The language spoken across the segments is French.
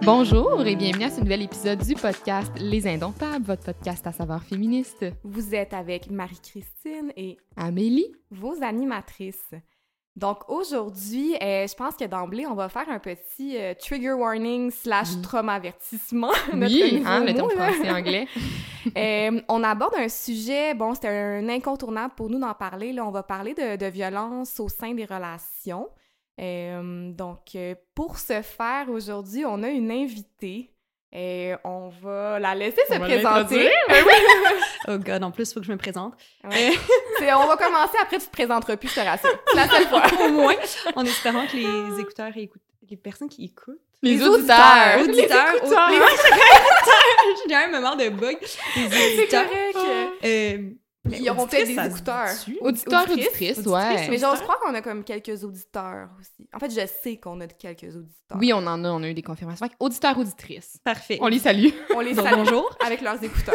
Bonjour et bienvenue à ce nouvel épisode du podcast Les Indomptables, votre podcast à saveur féministe. Vous êtes avec Marie-Christine et Amélie, vos animatrices. Donc aujourd'hui, je pense que d'emblée, on va faire un petit trigger warning / trauma avertissement. Oui, le terme français-anglais. On aborde un sujet, bon, c'était un incontournable pour nous d'en parler. Là, on va parler de violence au sein des relations. Donc, pour ce faire, aujourd'hui, on a une invitée. On va la laisser se présenter. Oh God, en plus, il faut que je me présente. Ouais. On va commencer, après tu te présenteras plus, je te rassure. C'est la seule fois. Au moins, en espérant que les écouteurs les personnes qui écoutent. Les auditeurs! J'ai un moment de bug. Les auditeurs. C'est correct. Ils auront peut-être des écouteurs. Auditrices, ouais. Mais j'ose croire qu'on a comme quelques auditeurs aussi. En fait, je sais qu'on a quelques auditeurs. Oui, on a eu des confirmations. Auditeurs, auditrices. Parfait. On les salue. On les salue. Bonjour. Avec leurs écouteurs.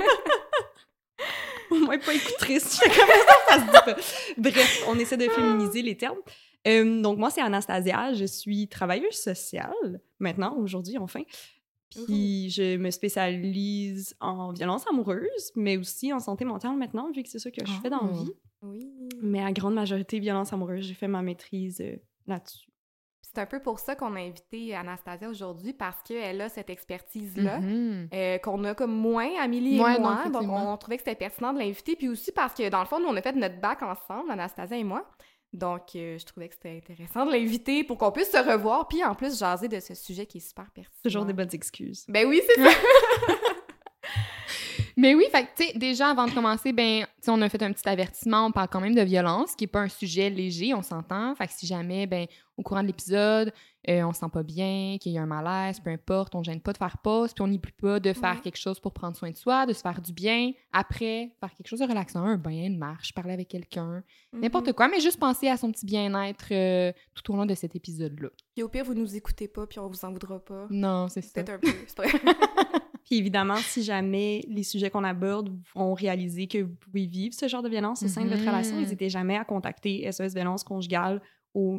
Au moins pas écoutrice. Je sais comment ça se dit pas. Bref, on essaie de féminiser les termes. Donc, moi, c'est Anastasia. Je suis travailleuse sociale, maintenant, aujourd'hui, enfin. Puis je me spécialise en violence amoureuse, mais aussi en santé mentale maintenant, vu que c'est ça que je fais dans la vie. Oui. Mais à grande majorité, violence amoureuse, j'ai fait ma maîtrise là-dessus. C'est un peu pour ça qu'on a invité Anastasia aujourd'hui, parce qu'elle a cette expertise-là, qu'on a comme moins, Amélie et moi. Donc, on trouvait que c'était pertinent de l'inviter. Puis aussi parce que, dans le fond, nous, on a fait notre bac ensemble, Anastasia et moi. Donc, je trouvais que c'était intéressant de l'inviter pour qu'on puisse se revoir, puis en plus, jaser de ce sujet qui est super pertinent. Toujours des bonnes excuses. Ben oui, c'est ça! Mais oui, fait que, tu sais, déjà, avant de commencer, on a fait un petit avertissement, on parle quand même de violence, qui n'est pas un sujet léger, on s'entend. Fait que si jamais, au courant de l'épisode, on se sent pas bien, qu'il y a un malaise, peu importe, on gêne pas de faire pause, puis on n'oublie pas de faire quelque chose pour prendre soin de soi, de se faire du bien. Après, faire quelque chose de relaxant, un bain, une marche, parler avec quelqu'un, n'importe quoi, mais juste penser à son petit bien-être tout au long de cet épisode-là. Puis au pire, vous nous écoutez pas, puis on vous en voudra pas. Non, c'est ça. Peut-être un peu, c'est vrai. Puis évidemment, si jamais les sujets qu'on aborde vous font réaliser que vous pouvez vivre ce genre de violence au sein de votre relation, n'hésitez jamais à contacter SOS Violence Conjugale au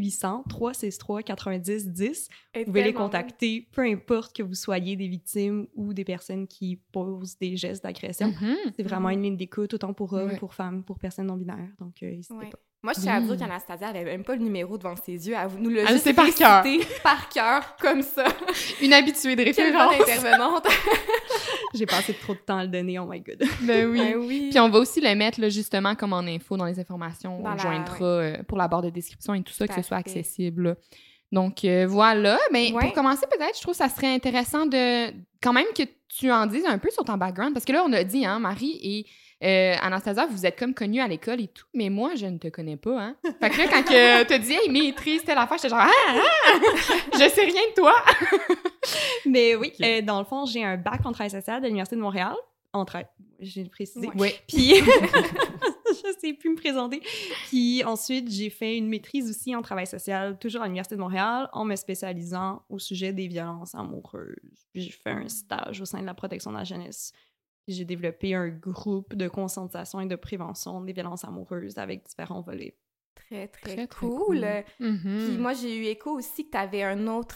1-800-363-90-10. Vous pouvez les contacter, peu importe que vous soyez des victimes ou des personnes qui posent des gestes d'agression. C'est vraiment une ligne d'écoute, autant pour hommes, pour femmes, pour personnes non-binaires. Donc, n'hésitez pas. Moi, je tiens à dire qu'Anastasia avait même pas le numéro devant ses yeux. Elle nous l'a juste récité par cœur, comme ça. Une habituée de référence. Quelle bonne intervenante. J'ai passé trop de temps à le donner, oh my God. Ben oui. Puis on va aussi le mettre, là, justement, comme en info dans les informations. On le joindra pour la barre de description et tout ça, que ce soit accessible. Là. Donc, voilà. Mais pour commencer, peut-être, je trouve que ça serait intéressant de... Quand même que tu en dises un peu sur ton background. Parce que là, on a dit, Marie et... Anastasia, vous êtes comme connue à l'école et tout, mais moi, je ne te connais pas, hein. Fait que là, quand t'as dit « Hey, maîtrise, telle affaire », j'étais genre « je sais rien de toi! » Mais oui, dans le fond, j'ai un bac en travail social de l'Université de Montréal. J'ai précisé. Oui. Puis, je sais plus me présenter. Puis ensuite, j'ai fait une maîtrise aussi en travail social, toujours à l'Université de Montréal, en me spécialisant au sujet des violences amoureuses. Puis j'ai fait un stage au sein de la protection de la jeunesse. J'ai développé un groupe de conscientisation et de prévention des violences amoureuses avec différents volets. Très, très cool. Puis moi, j'ai eu écho aussi que tu avais un autre,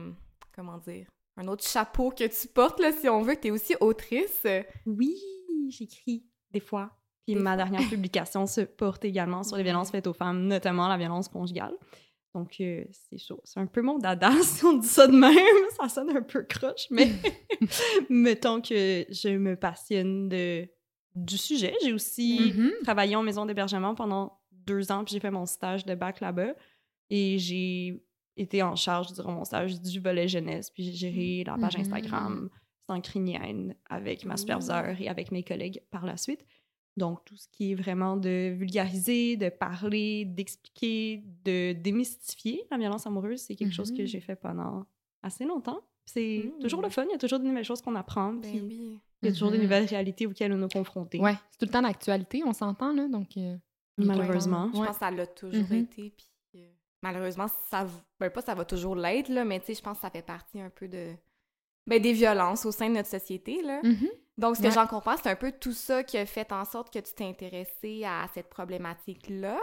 un autre chapeau que tu portes, là, si on veut, que tu es aussi autrice. Oui, j'écris des fois. Puis ma dernière publication se porte également sur les violences faites aux femmes, notamment la violence conjugale. Donc, c'est chaud. C'est un peu mon dada, si on dit ça de même. Ça sonne un peu croche, mais mettons que je me passionne du sujet. J'ai aussi travaillé en maison d'hébergement pendant 2 ans, puis j'ai fait mon stage de bac là-bas. Et j'ai été en charge durant mon stage du volet jeunesse, puis j'ai géré la page Instagram sans crinienne avec ma superviseure et avec mes collègues par la suite. Donc, tout ce qui est vraiment de vulgariser, de parler, d'expliquer, de démystifier la violence amoureuse, c'est quelque chose que j'ai fait pendant assez longtemps. C'est toujours le fun, il y a toujours de nouvelles choses qu'on apprend, puis il y a toujours de nouvelles réalités auxquelles on est confronté. Ouais, c'est tout le temps d'actualité, on s'entend, là, donc... malheureusement. Je pense que ça l'a toujours été, puis malheureusement, ça va toujours l'être, là, mais tu sais, je pense que ça fait partie un peu de... des violences au sein de notre société, là. Donc, ce que j'en comprends, c'est un peu tout ça qui a fait en sorte que tu t'es intéressée à cette problématique-là.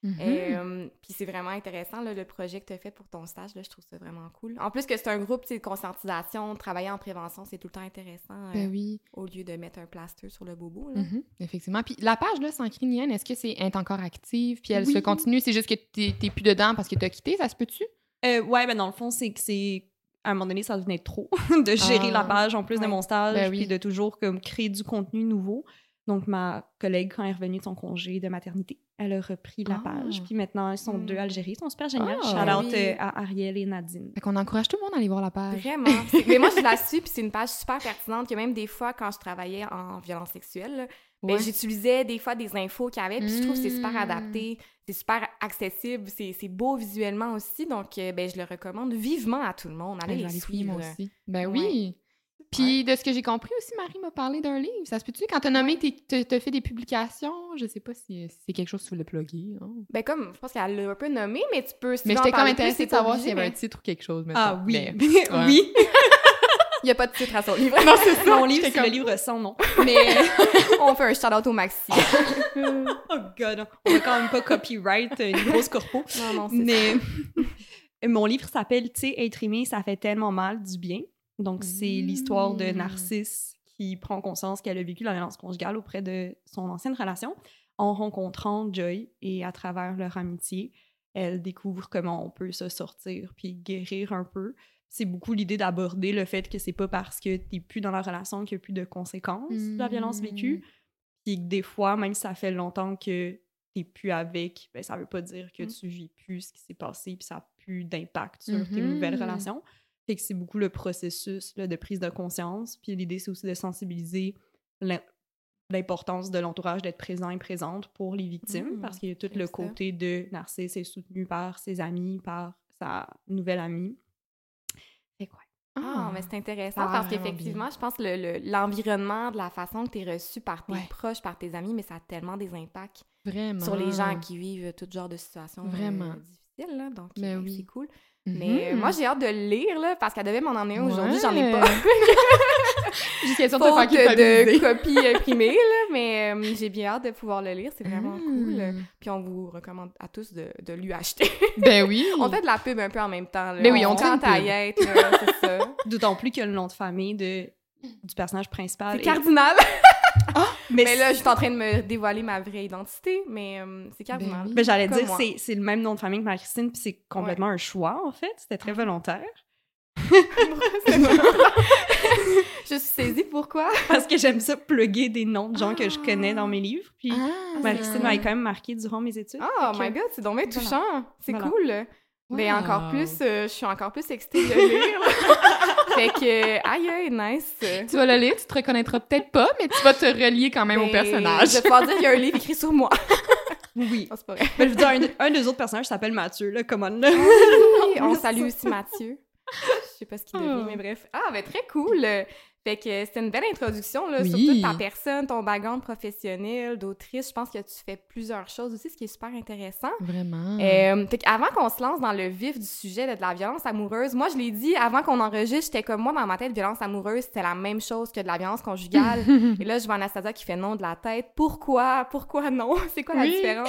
Puis c'est vraiment intéressant, là, le projet que tu as fait pour ton stage, là, je trouve ça vraiment cool. En plus que c'est un groupe de conscientisation, travailler en prévention, c'est tout le temps intéressant. Au lieu de mettre un plaster sur le bobo. Là. Effectivement. Puis la page, là, sans cri ni haine, est-ce que elle est encore active? Puis elle se continue? C'est juste que t'es plus dedans parce que t'as quitté, ça se peut-tu? Ouais, ben dans le fond, c'est que à un moment donné, ça devenait trop de gérer la page en plus de mon stage, puis de toujours comme créer du contenu nouveau. Donc, ma collègue, quand elle est revenue de son congé de maternité, elle a repris la page. Puis maintenant, elles sont deux Algérie. Ils sont super géniales. Shout-out à Ariel et Nadine. Fait qu'on encourage tout le monde à aller voir la page. Vraiment. Mais moi, je la suis, puis c'est une page super pertinente que même des fois, quand je travaillais en violence sexuelle, là, ben, j'utilisais des fois des infos qu'il y avait, puis je trouve que c'est super adapté, c'est super accessible, c'est beau visuellement aussi. Donc, ben, je le recommande vivement à tout le monde. Allez les suivre. Moi aussi. Ben oui. Puis, de ce que j'ai compris aussi, Marie m'a parlé d'un livre. Ça se peut-tu? Quand t'as nommé, t'as fait des publications, je sais pas si c'est quelque chose que tu veux le plugger. Hein? Ben, comme, je pense qu'elle l'a un peu nommé, mais tu peux... Mais j'étais comme intéressée de savoir s'il y avait un titre ou quelque chose. Ah oui! Oui! Il n'y a pas de titre à son livre. Non, c'est ça. Mon livre, c'est le livre sans nom. Mais on fait un shout-out au Maxi. Oh God! On va quand même pas copyright une grosse corpo. Non, c'est ça. Mon livre s'appelle, tu sais, Être aimé, ça fait tellement mal du bien. Donc, c'est l'histoire de Narcisse qui prend conscience qu'elle a vécu la violence conjugale auprès de son ancienne relation en rencontrant Joy et à travers leur amitié, elle découvre comment on peut se sortir puis guérir un peu. C'est beaucoup l'idée d'aborder le fait que c'est pas parce que t'es plus dans la relation qu'il y a plus de conséquences de la violence vécue. Puis que des fois, même si ça fait longtemps que t'es plus avec, ben ça veut pas dire que tu vis plus ce qui s'est passé puis ça a plus d'impact sur tes nouvelles relations. Fait que c'est beaucoup le processus là, de prise de conscience. Puis l'idée, c'est aussi de sensibiliser l'importance de l'entourage d'être présent et présente pour les victimes, parce qu'il y a tout le côté de Narcisse est soutenu par ses amis, par sa nouvelle amie. Fait quoi? Mais c'est intéressant parce qu'effectivement, je pense que l'environnement, de la façon que tu es reçu par tes proches, par tes amis, mais ça a tellement des impacts sur les gens qui vivent tout genre de situations difficiles. Là, donc, c'est cool. Mais moi, j'ai hâte de le lire, là, parce qu'elle devait m'en emmener aujourd'hui, j'en ai pas. J'ai question faute de copies imprimées, là, mais j'ai bien hâte de pouvoir le lire, c'est vraiment cool. Puis on vous recommande à tous de lui acheter. Ben oui! On fait de la pub un peu en même temps. Là. Ben oui, on fait une taillette, c'est ça. D'autant plus que le nom de famille du personnage principal c'est Cardinal! Mais là, je suis en train de me dévoiler ma vraie identité, mais c'est Cardinal. Ben j'allais dire, c'est le même nom de famille que Marie-Christine, puis c'est complètement un choix, en fait. C'était très volontaire. Je suis saisie, pourquoi? Parce que j'aime ça plugger des noms de gens que je connais dans mes livres, puis Marie-Christine m'avait quand même marqué durant mes études. Oh my God, c'est donc bien touchant! C'est cool! Mais encore plus, je suis encore plus excitée de le lire. Fait que, aïe, nice. Tu vas le lire, tu te reconnaîtras peut-être pas, mais tu vas te relier quand même au personnage. Je vais pouvoir dire qu'il y a un livre écrit sur moi. Oui. Oh, c'est pas vrai. Mais je veux dire, un des autres personnages s'appelle Mathieu, là, come on, là. On salue aussi Mathieu. Je sais pas ce qu'il devient, mais bref. Ben très cool. Fait que c'était une belle introduction, là, sur toute ta personne, ton background professionnel, d'autrice. Je pense que tu fais plusieurs choses aussi, ce qui est super intéressant. Vraiment. Fait qu'avant qu'on se lance dans le vif du sujet de la violence amoureuse, moi, je l'ai dit, avant qu'on enregistre, j'étais comme moi, dans ma tête, violence amoureuse, c'était la même chose que de la violence conjugale. Et là, je vois Anastasia qui fait non de la tête. Pourquoi non? C'est quoi la différence?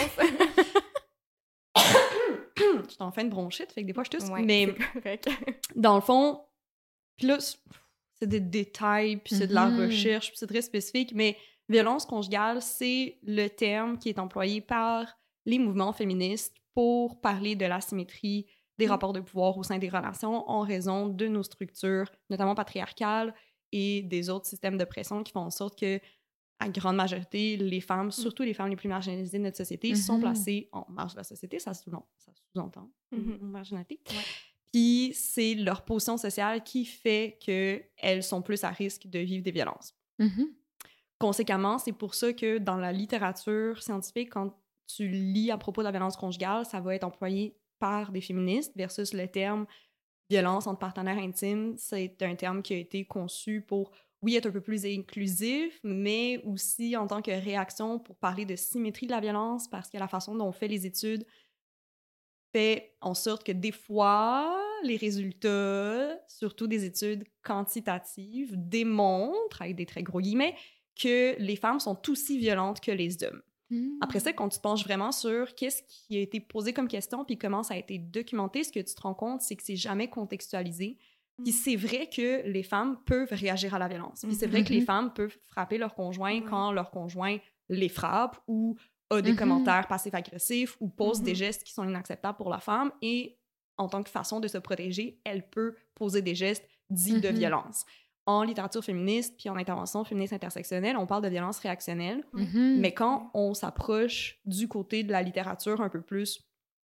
Je suis en fin de bronchite, fait que des fois, je tousse. Mais dans le fond, puis là, c'est des détails, puis c'est de la recherche, puis c'est très spécifique, mais violence conjugale, c'est le terme qui est employé par les mouvements féministes pour parler de l'asymétrie des rapports de pouvoir au sein des relations en raison de nos structures, notamment patriarcales, et des autres systèmes de pression qui font en sorte que, à grande majorité, les femmes, surtout les femmes les plus marginalisées de notre société, sont placées en marge de la société. Ça sous-entend marginalité. Ouais. Puis c'est leur position sociale qui fait qu'elles sont plus à risque de vivre des violences. Conséquemment, c'est pour ça que dans la littérature scientifique, quand tu lis à propos de la violence conjugale, ça va être employé par des féministes versus le terme violence entre partenaires intimes. C'est un terme qui a été conçu pour, oui, être un peu plus inclusif, mais aussi en tant que réaction pour parler de symétrie de la violence, parce que la façon dont on fait les études fait en sorte que des fois, les résultats, surtout des études quantitatives, démontrent, avec des très gros guillemets, que les femmes sont aussi violentes que les hommes. Après ça, quand tu te penches vraiment sur qu'est-ce qui a été posé comme question puis comment ça a été documenté, ce que tu te rends compte, c'est que c'est jamais contextualisé. Puis c'est vrai que les femmes peuvent réagir à la violence. Puis c'est vrai que les femmes peuvent frapper leur conjoint quand leur conjoint les frappe ou a des commentaires passifs-agressifs ou pose des gestes qui sont inacceptables pour la femme. Et en tant que façon de se protéger, elle peut poser des gestes dits de violence. En littérature féministe puis en intervention féministe intersectionnelle, on parle de violence réactionnelle. Mais quand on s'approche du côté de la littérature un peu plus,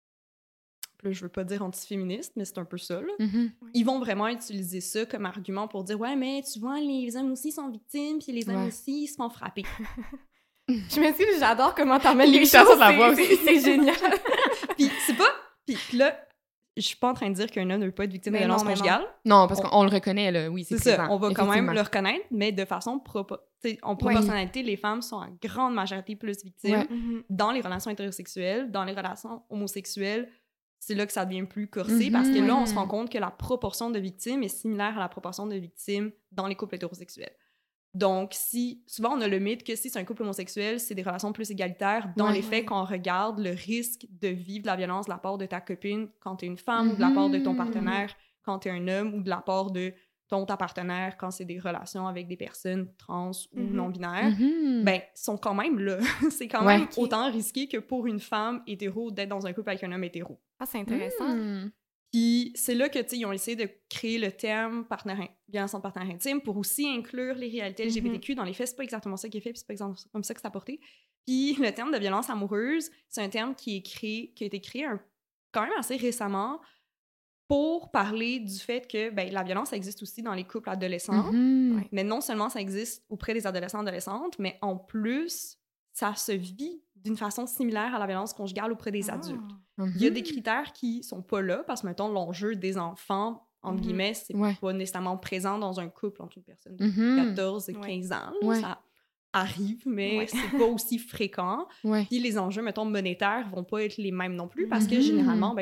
je veux pas dire antiféministe, mais c'est un peu ça, là. Ils vont vraiment utiliser ça comme argument pour dire « Ouais, mais tu vois, les hommes aussi sont victimes, puis les hommes aussi, ils se font frapper. » Je m'excuse, j'adore comment t'emmènes les choses, c'est génial. Puis c'est pas... Puis là, je suis pas en train de dire qu'un homme ne veut pas être victime de violence conjugale. Non, parce qu'on le reconnaît, là, oui, c'est ça, on va quand même le reconnaître, mais de façon en proportionnalité, les femmes sont en grande majorité plus victimes dans les relations hétérosexuelles, dans les relations homosexuelles. C'est là que ça devient plus corsé, parce que là, on se rend compte que la proportion de victimes est similaire à la proportion de victimes dans les couples hétérosexuels. Donc, souvent, on a le mythe que si c'est un couple homosexuel, c'est des relations plus égalitaires. Dans les faits, quand on regarde le risque de vivre de la violence de la part de ta copine quand t'es une femme, ou de la part de ton partenaire quand t'es un homme, ou de la part de ta partenaire quand c'est des relations avec des personnes trans ou non-binaires, ben, sont quand même là. C'est quand même autant risqué que pour une femme hétéro d'être dans un couple avec un homme hétéro. Ah, c'est intéressant. Puis c'est là que, tu sais, ils ont essayé de créer le terme violence entre partenaires intimes pour aussi inclure les réalités LGBTQ. Dans les faits, c'est pas exactement ça qui est fait, puis c'est pas exactement comme ça que c'est apporté. Puis le terme de violence amoureuse, c'est un terme qui a été créé quand même assez récemment pour parler du fait que la violence, ça existe aussi dans les couples adolescents. Mais non seulement ça existe auprès des adolescents et adolescentes, mais en plus, ça se vit d'une façon similaire à la violence conjugale auprès des adultes. Il y a des critères qui sont pas là, parce que, mettons, l'enjeu des enfants, entre guillemets, c'est pas nécessairement présent dans un couple entre une personne de 14 et 15 ans. Ça arrive, mais c'est pas aussi fréquent. Puis les enjeux, mettons, monétaires vont pas être les mêmes non plus, parce que généralement,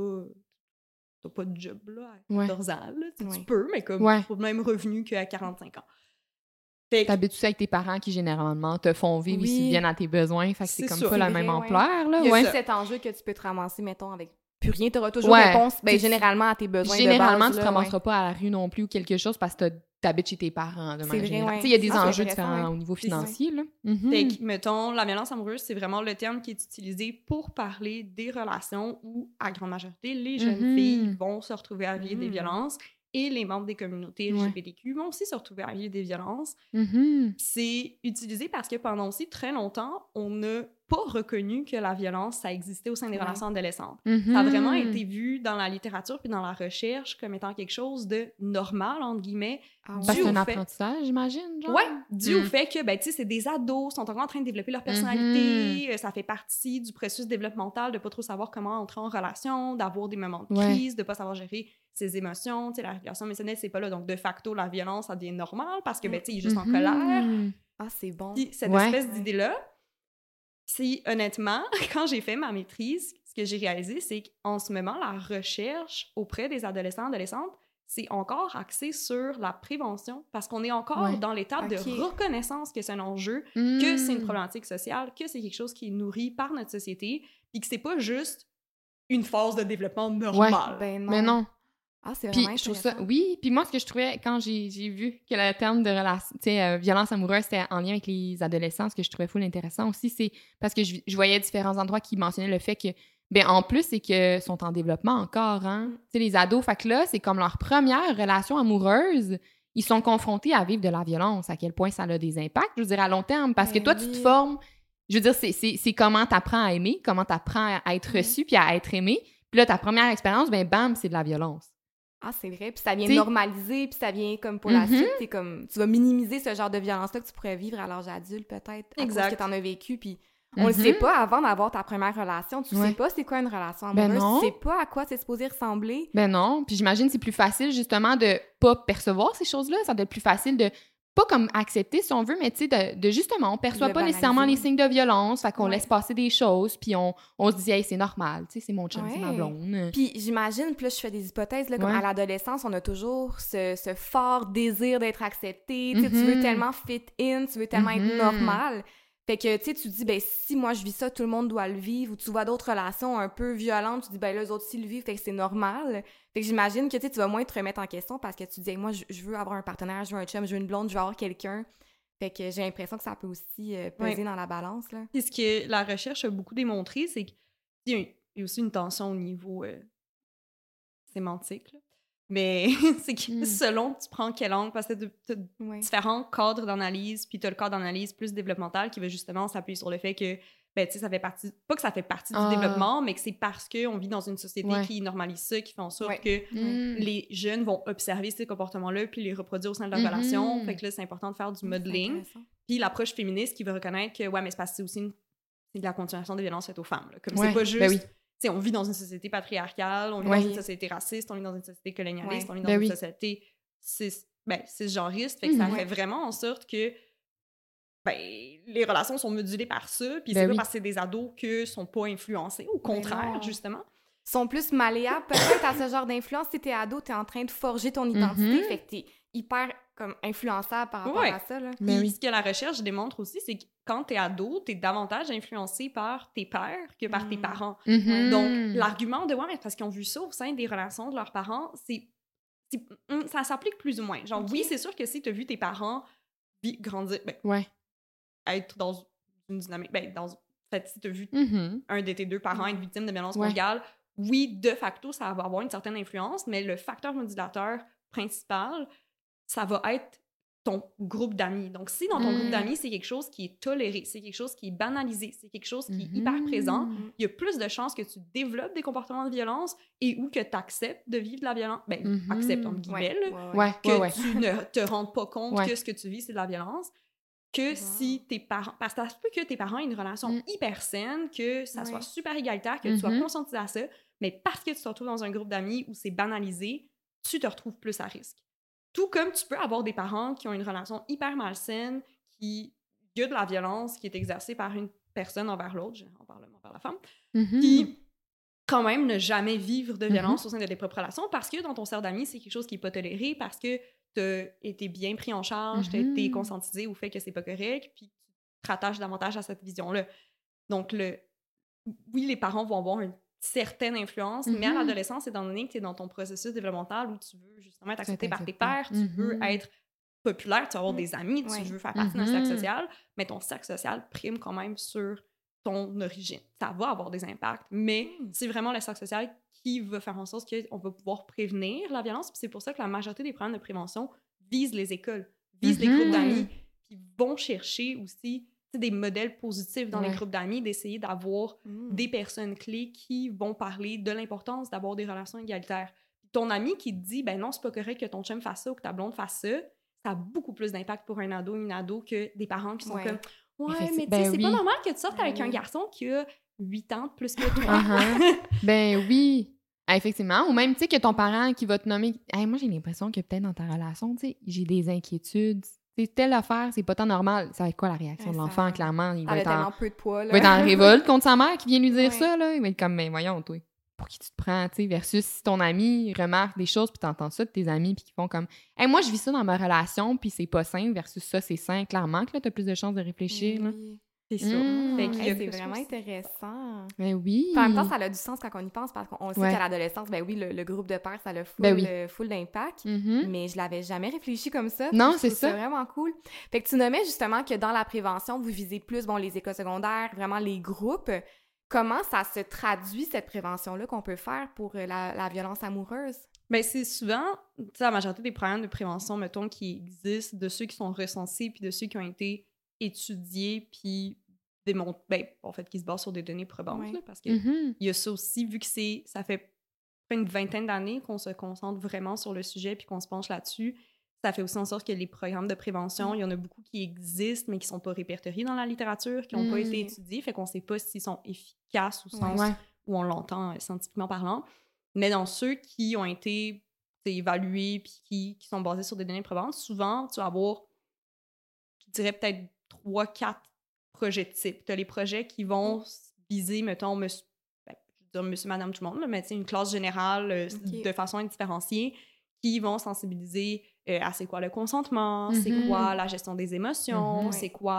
t'as pas de job là, à 14 ans. Là. Tu peux, mais comme pas le même revenu qu'à 45 ans. T'habites aussi avec tes parents qui, généralement, te font vivre et subviennent à tes besoins. Fait que c'est comme pas la même ampleur. Là. Il y a cet enjeu que tu peux te ramasser, mettons, avec plus rien. T'auras toujours réponse, généralement, à tes besoins généralement, de base. Tu te ramasseras pas à la rue non plus ou quelque chose parce que t'habites chez tes parents, de manière générale. Il y a des enjeux différents au niveau financier. Là. Fait que, mettons, la violence amoureuse, c'est vraiment le terme qui est utilisé pour parler des relations où, à grande majorité, les jeunes filles vont se retrouver à vivre des violences. Et les membres des communautés LGBTQ vont aussi se retrouver à vivre des violences. C'est utilisé parce que pendant aussi très longtemps, on n'a pas reconnu que la violence, ça existait au sein des relations adolescentes. Ça a vraiment été vu dans la littérature puis dans la recherche comme étant quelque chose de normal, entre guillemets. C'est un apprentissage, j'imagine, genre? Ouais, dû au fait que, tu sais, c'est des ados, sont encore en train de développer leur personnalité, ça fait partie du processus développemental de pas trop savoir comment entrer en relation, d'avoir des moments de crise, de pas savoir gérer ses émotions, tu sais, la régulation émotionnelle, c'est pas là. Donc, de facto, la violence, ça devient normal parce que, tu sais, il est juste en colère. Ah, c'est bon. Puis, cette espèce d'idée-là, si, honnêtement, quand j'ai fait ma maîtrise, ce que j'ai réalisé, c'est qu'en ce moment, la recherche auprès des adolescents et adolescentes, c'est encore axé sur la prévention parce qu'on est encore dans l'étape de reconnaissance que c'est un enjeu, que c'est une problématique sociale, que c'est quelque chose qui est nourri par notre société, puis que c'est pas juste une phase de développement normal. Mais non. Ah, c'est vraiment intéressant. Je trouve ça, oui, puis moi, ce que je trouvais, quand j'ai vu que le terme de violence amoureuse, c'était en lien avec les adolescents, ce que je trouvais full intéressant aussi, c'est parce que je voyais différents endroits qui mentionnaient le fait que, en plus, c'est qu'ils sont en développement encore, hein. Tu sais, les ados, fait que là, c'est comme leur première relation amoureuse, ils sont confrontés à vivre de la violence, à quel point ça a des impacts, je veux dire, à long terme, parce que toi, tu te formes, je veux dire, c'est comment t'apprends à aimer, comment t'apprends à être reçu puis à être aimé, puis là, ta première expérience, bam, c'est de la violence. Ah, c'est vrai. Puis ça vient normaliser, puis ça vient comme pour la suite, t'es comme, tu vas minimiser ce genre de violence-là que tu pourrais vivre à l'âge adulte, peut-être, à cause que t'en as vécu, puis on le sait pas avant d'avoir ta première relation. Tu sais pas c'est quoi une relation amoureuse, tu sais pas à quoi c'est supposé ressembler. Ben non, puis j'imagine que c'est plus facile, justement, de pas percevoir ces choses-là. Ça doit être plus facile de pas comme accepter, si on veut, mais tu sais, de justement, on perçoit pas nécessairement les signes de violence, fait qu'on laisse passer des choses, puis on se dit « Hey, c'est normal, tu sais, c'est mon chum, c'est ma blonde. » Puis j'imagine, puis là, je fais des hypothèses, là, comme à l'adolescence, on a toujours ce fort désir d'être accepté, tu sais, tu veux tellement fit in, tu veux tellement être normal. Fait que, tu sais, tu dis, ben si moi je vis ça, tout le monde doit le vivre, ou tu vois d'autres relations un peu violentes, tu dis, ben là, eux autres aussi le vivent, fait que c'est normal. Fait que j'imagine que, tu sais, tu vas moins te remettre en question parce que tu dis, hey, moi, je veux avoir un partenaire, je veux un chum, je veux une blonde, je veux avoir quelqu'un. Fait que j'ai l'impression que ça peut aussi peser dans la balance, là. Et ce que la recherche a beaucoup démontré, c'est qu'il y a aussi une tension au niveau sémantique, là. Mais c'est que selon tu prends quel angle, parce que tu as différents cadres d'analyse, puis tu as le cadre d'analyse plus développemental qui va justement s'appuyer sur le fait que, ben, tu sais, ça fait partie, pas que ça fait partie du développement, mais que c'est parce qu'on vit dans une société qui normalise ça, qui fait en sorte que les jeunes vont observer ces comportements-là, puis les reproduire au sein de leur relation. Fait que là, c'est important de faire du modeling. Puis l'approche féministe qui veut reconnaître que, mais c'est parce que c'est aussi c'est de la continuation des violences faites aux femmes. Là. Comme c'est pas juste... On vit dans une société patriarcale, on vit dans une société raciste, on vit dans une société colonialiste, on vit dans une société cisgenriste. Fait que ça fait vraiment en sorte que les relations sont modulées par ça, puis c'est pas parce que c'est des ados que sont pas influencés. Au contraire, justement. Ils sont plus malléables peut-être à ce genre d'influence. Si t'es ado, t'es en train de forger ton identité, fait que t'es hyper comme influençable par rapport à ça. Là. Puis ce que la recherche démontre aussi, c'est que quand t'es ado, t'es davantage influencé par tes pères que par tes parents. Donc, l'argument de « mais parce qu'ils ont vu ça au sein des relations de leurs parents », ça s'applique plus ou moins. Genre, oui, c'est sûr que si t'as vu tes parents grandir, être dans une dynamique, si t'as vu un de tes deux parents être victime de violence conjugale, oui, de facto, ça va avoir une certaine influence, mais le facteur modulateur principal, ça va être ton groupe d'amis. Donc, si dans ton groupe d'amis, c'est quelque chose qui est toléré, c'est quelque chose qui est banalisé, c'est quelque chose qui est hyper présent, il y a plus de chances que tu développes des comportements de violence et ou que tu acceptes de vivre de la violence. Accepte, entre guillemets, que tu ne te rendes pas compte que ce que tu vis, c'est de la violence, que si tes parents... Parce que ça se peut que tes parents aient une relation hyper saine, que ça soit super égalitaire, que tu sois conscientisé à ça, mais parce que tu te retrouves dans un groupe d'amis où c'est banalisé, tu te retrouves plus à risque. Tout comme tu peux avoir des parents qui ont une relation hyper malsaine, qui y a de la violence qui est exercée par une personne envers l'autre, on parle envers la femme, qui quand même ne jamais vivre de violence au sein de tes propres relations parce que dans ton cercle d'amis, c'est quelque chose qui n'est pas toléré, parce que tu as été bien pris en charge, tu as été conscientisé au fait que c'est pas correct, puis tu te rattaches davantage à cette vision-là. Donc, oui, les parents vont avoir une certaine influence, mais à l'adolescence, étant donné que tu es dans ton processus développemental où tu veux justement être accepté par tes pairs, tu veux être populaire, tu veux avoir des amis, tu veux faire partie d'un cercle social, mais ton cercle social prime quand même sur ton origine. Ça va avoir des impacts, mais c'est vraiment le cercle social qui va faire en sorte qu'on va pouvoir prévenir la violence, puis c'est pour ça que la majorité des programmes de prévention visent les écoles, visent les groupes d'amis, puis vont chercher aussi des modèles positifs dans les groupes d'amis, d'essayer d'avoir des personnes clés qui vont parler de l'importance d'avoir des relations égalitaires. Puis ton ami qui te dit « ben non, c'est pas correct que ton chum fasse ça ou que ta blonde fasse ça », ça a beaucoup plus d'impact pour un ado, une ado que des parents qui sont comme « ouais, mais tu sais, c'est pas normal que tu sortes avec un garçon qui a 8 ans de plus que toi. » Ben oui! Effectivement. Ou même, tu sais, que ton parent qui va te nommer « Hey, moi, j'ai l'impression que peut-être dans ta relation, tu sais, j'ai des inquiétudes. » C'est telle affaire, c'est pas tant normal. Ça va être quoi la réaction de l'enfant, clairement? Il va être peu de poids, là. Il va être en révolte contre sa mère qui vient lui dire ça, là. Il va être comme, mais voyons, toi, pour qui tu te prends, tu sais, versus si ton ami remarque des choses puis t'entends ça de tes amis puis qui font comme, hey, moi, je vis ça dans ma relation puis c'est pas sain versus ça, c'est sain. Clairement que là, t'as plus de chances de réfléchir, là. C'est sûr. C'est vraiment intéressant. Ben oui. En même temps, ça a du sens quand on y pense parce qu'on sait qu'à l'adolescence, ben oui, le groupe de pairs, ça a full d'impact. Mais je l'avais jamais réfléchi comme ça. Non, c'est ça. C'est vraiment cool. Fait que tu nommais justement que dans la prévention, vous visez plus, les écoles secondaires, vraiment les groupes. Comment ça se traduit, cette prévention-là, qu'on peut faire pour la violence amoureuse? Bien, c'est souvent, tu sais, la majorité des programmes de prévention, mettons, qui existent, de ceux qui sont recensés puis de ceux qui ont été étudiés puis qui se basent sur des données probantes, là, parce qu'il y a ça aussi, vu que ça fait une vingtaine d'années qu'on se concentre vraiment sur le sujet puis qu'on se penche là-dessus, ça fait aussi en sorte que les programmes de prévention, il y en a beaucoup qui existent, mais qui sont pas répertoriés dans la littérature, qui n'ont pas été étudiés, fait qu'on sait pas s'ils sont efficaces au sens où on l'entend scientifiquement parlant. Mais dans ceux qui ont été évalués puis qui sont basés sur des données probantes, souvent, tu vas avoir, je dirais peut-être 3-4 projets types. Tu as les projets qui vont viser, mettons, monsieur, madame, tout le monde, là, mais une classe générale de façon indifférenciée, qui vont sensibiliser à c'est quoi le consentement, c'est quoi la gestion des émotions, c'est quoi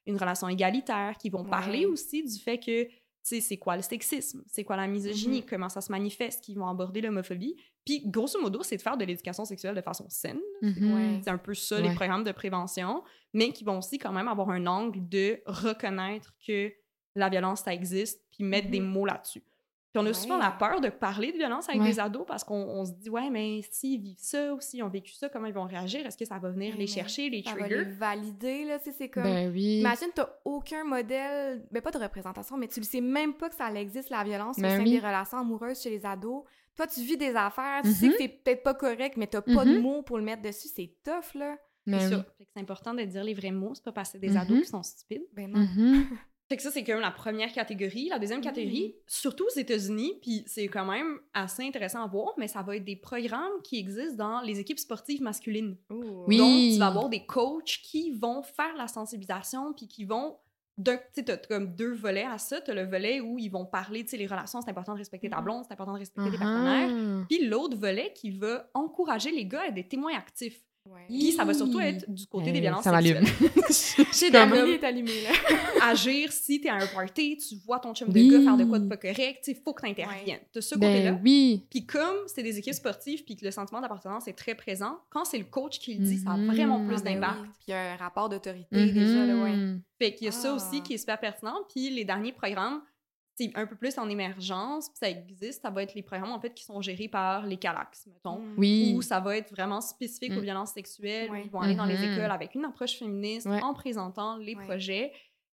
une relation égalitaire, qui vont parler aussi du fait que, tu sais, c'est quoi le sexisme, c'est quoi la misogynie, comment ça se manifeste, qui vont aborder l'homophobie. Puis, grosso modo, c'est de faire de l'éducation sexuelle de façon saine. C'est un peu ça, les programmes de prévention, mais qui vont aussi quand même avoir un angle de reconnaître que la violence, ça existe, puis mettre des mots là-dessus. Puis on a souvent la peur de parler de violence avec des ados parce qu'on se dit, ouais, mais s'ils vivent ça ou s'ils ont vécu ça, comment ils vont réagir? Est-ce que ça va venir les chercher, les trigger? Ça va les valider, là, tu sais, c'est comme... Imagine, t'as aucun modèle, ben pas de représentation, mais tu le sais même pas que ça existe, la violence au sein des relations amoureuses chez les ados. Toi, tu vis des affaires, tu sais que c'est peut-être pas correct, mais t'as pas de mots pour le mettre dessus, c'est tough, là. C'est ça. Fait que c'est important de dire les vrais mots, c'est pas parce que c'est des ados qui sont stupides. Ben non. Fait que ça, c'est comme la première catégorie. La deuxième catégorie, surtout aux États-Unis, puis c'est quand même assez intéressant à voir, mais ça va être des programmes qui existent dans les équipes sportives masculines. Donc, tu vas avoir des coachs qui vont faire la sensibilisation, puis qui vont... Tu sais, t'as comme 2 volets à ça. T'as le volet où ils vont parler, tu sais, les relations, c'est important de respecter ta blonde, c'est important de respecter tes partenaires. Puis l'autre volet qui va encourager les gars à être des témoins actifs. Puis ça va surtout être du côté des violences sexuelles. Chez Damien est allumé, là. Agir si t'es à un party, tu vois ton chum de gars faire de quoi de pas correct, il faut que t'interviennes. T'as ce côté-là. Puis comme c'est des équipes sportives puis que le sentiment d'appartenance est très présent, quand c'est le coach qui le dit, ça a vraiment plus d'impact. Puis il y a un rapport d'autorité déjà, là, Fait qu'il y a ça aussi qui est super pertinent. Puis les derniers programmes, c'est un peu plus en émergence, puis ça existe, ça va être les programmes, en fait, qui sont gérés par les CALAX, mettons, où ça va être vraiment spécifique aux violences sexuelles, ils vont aller dans les écoles avec une approche féministe en présentant les projets,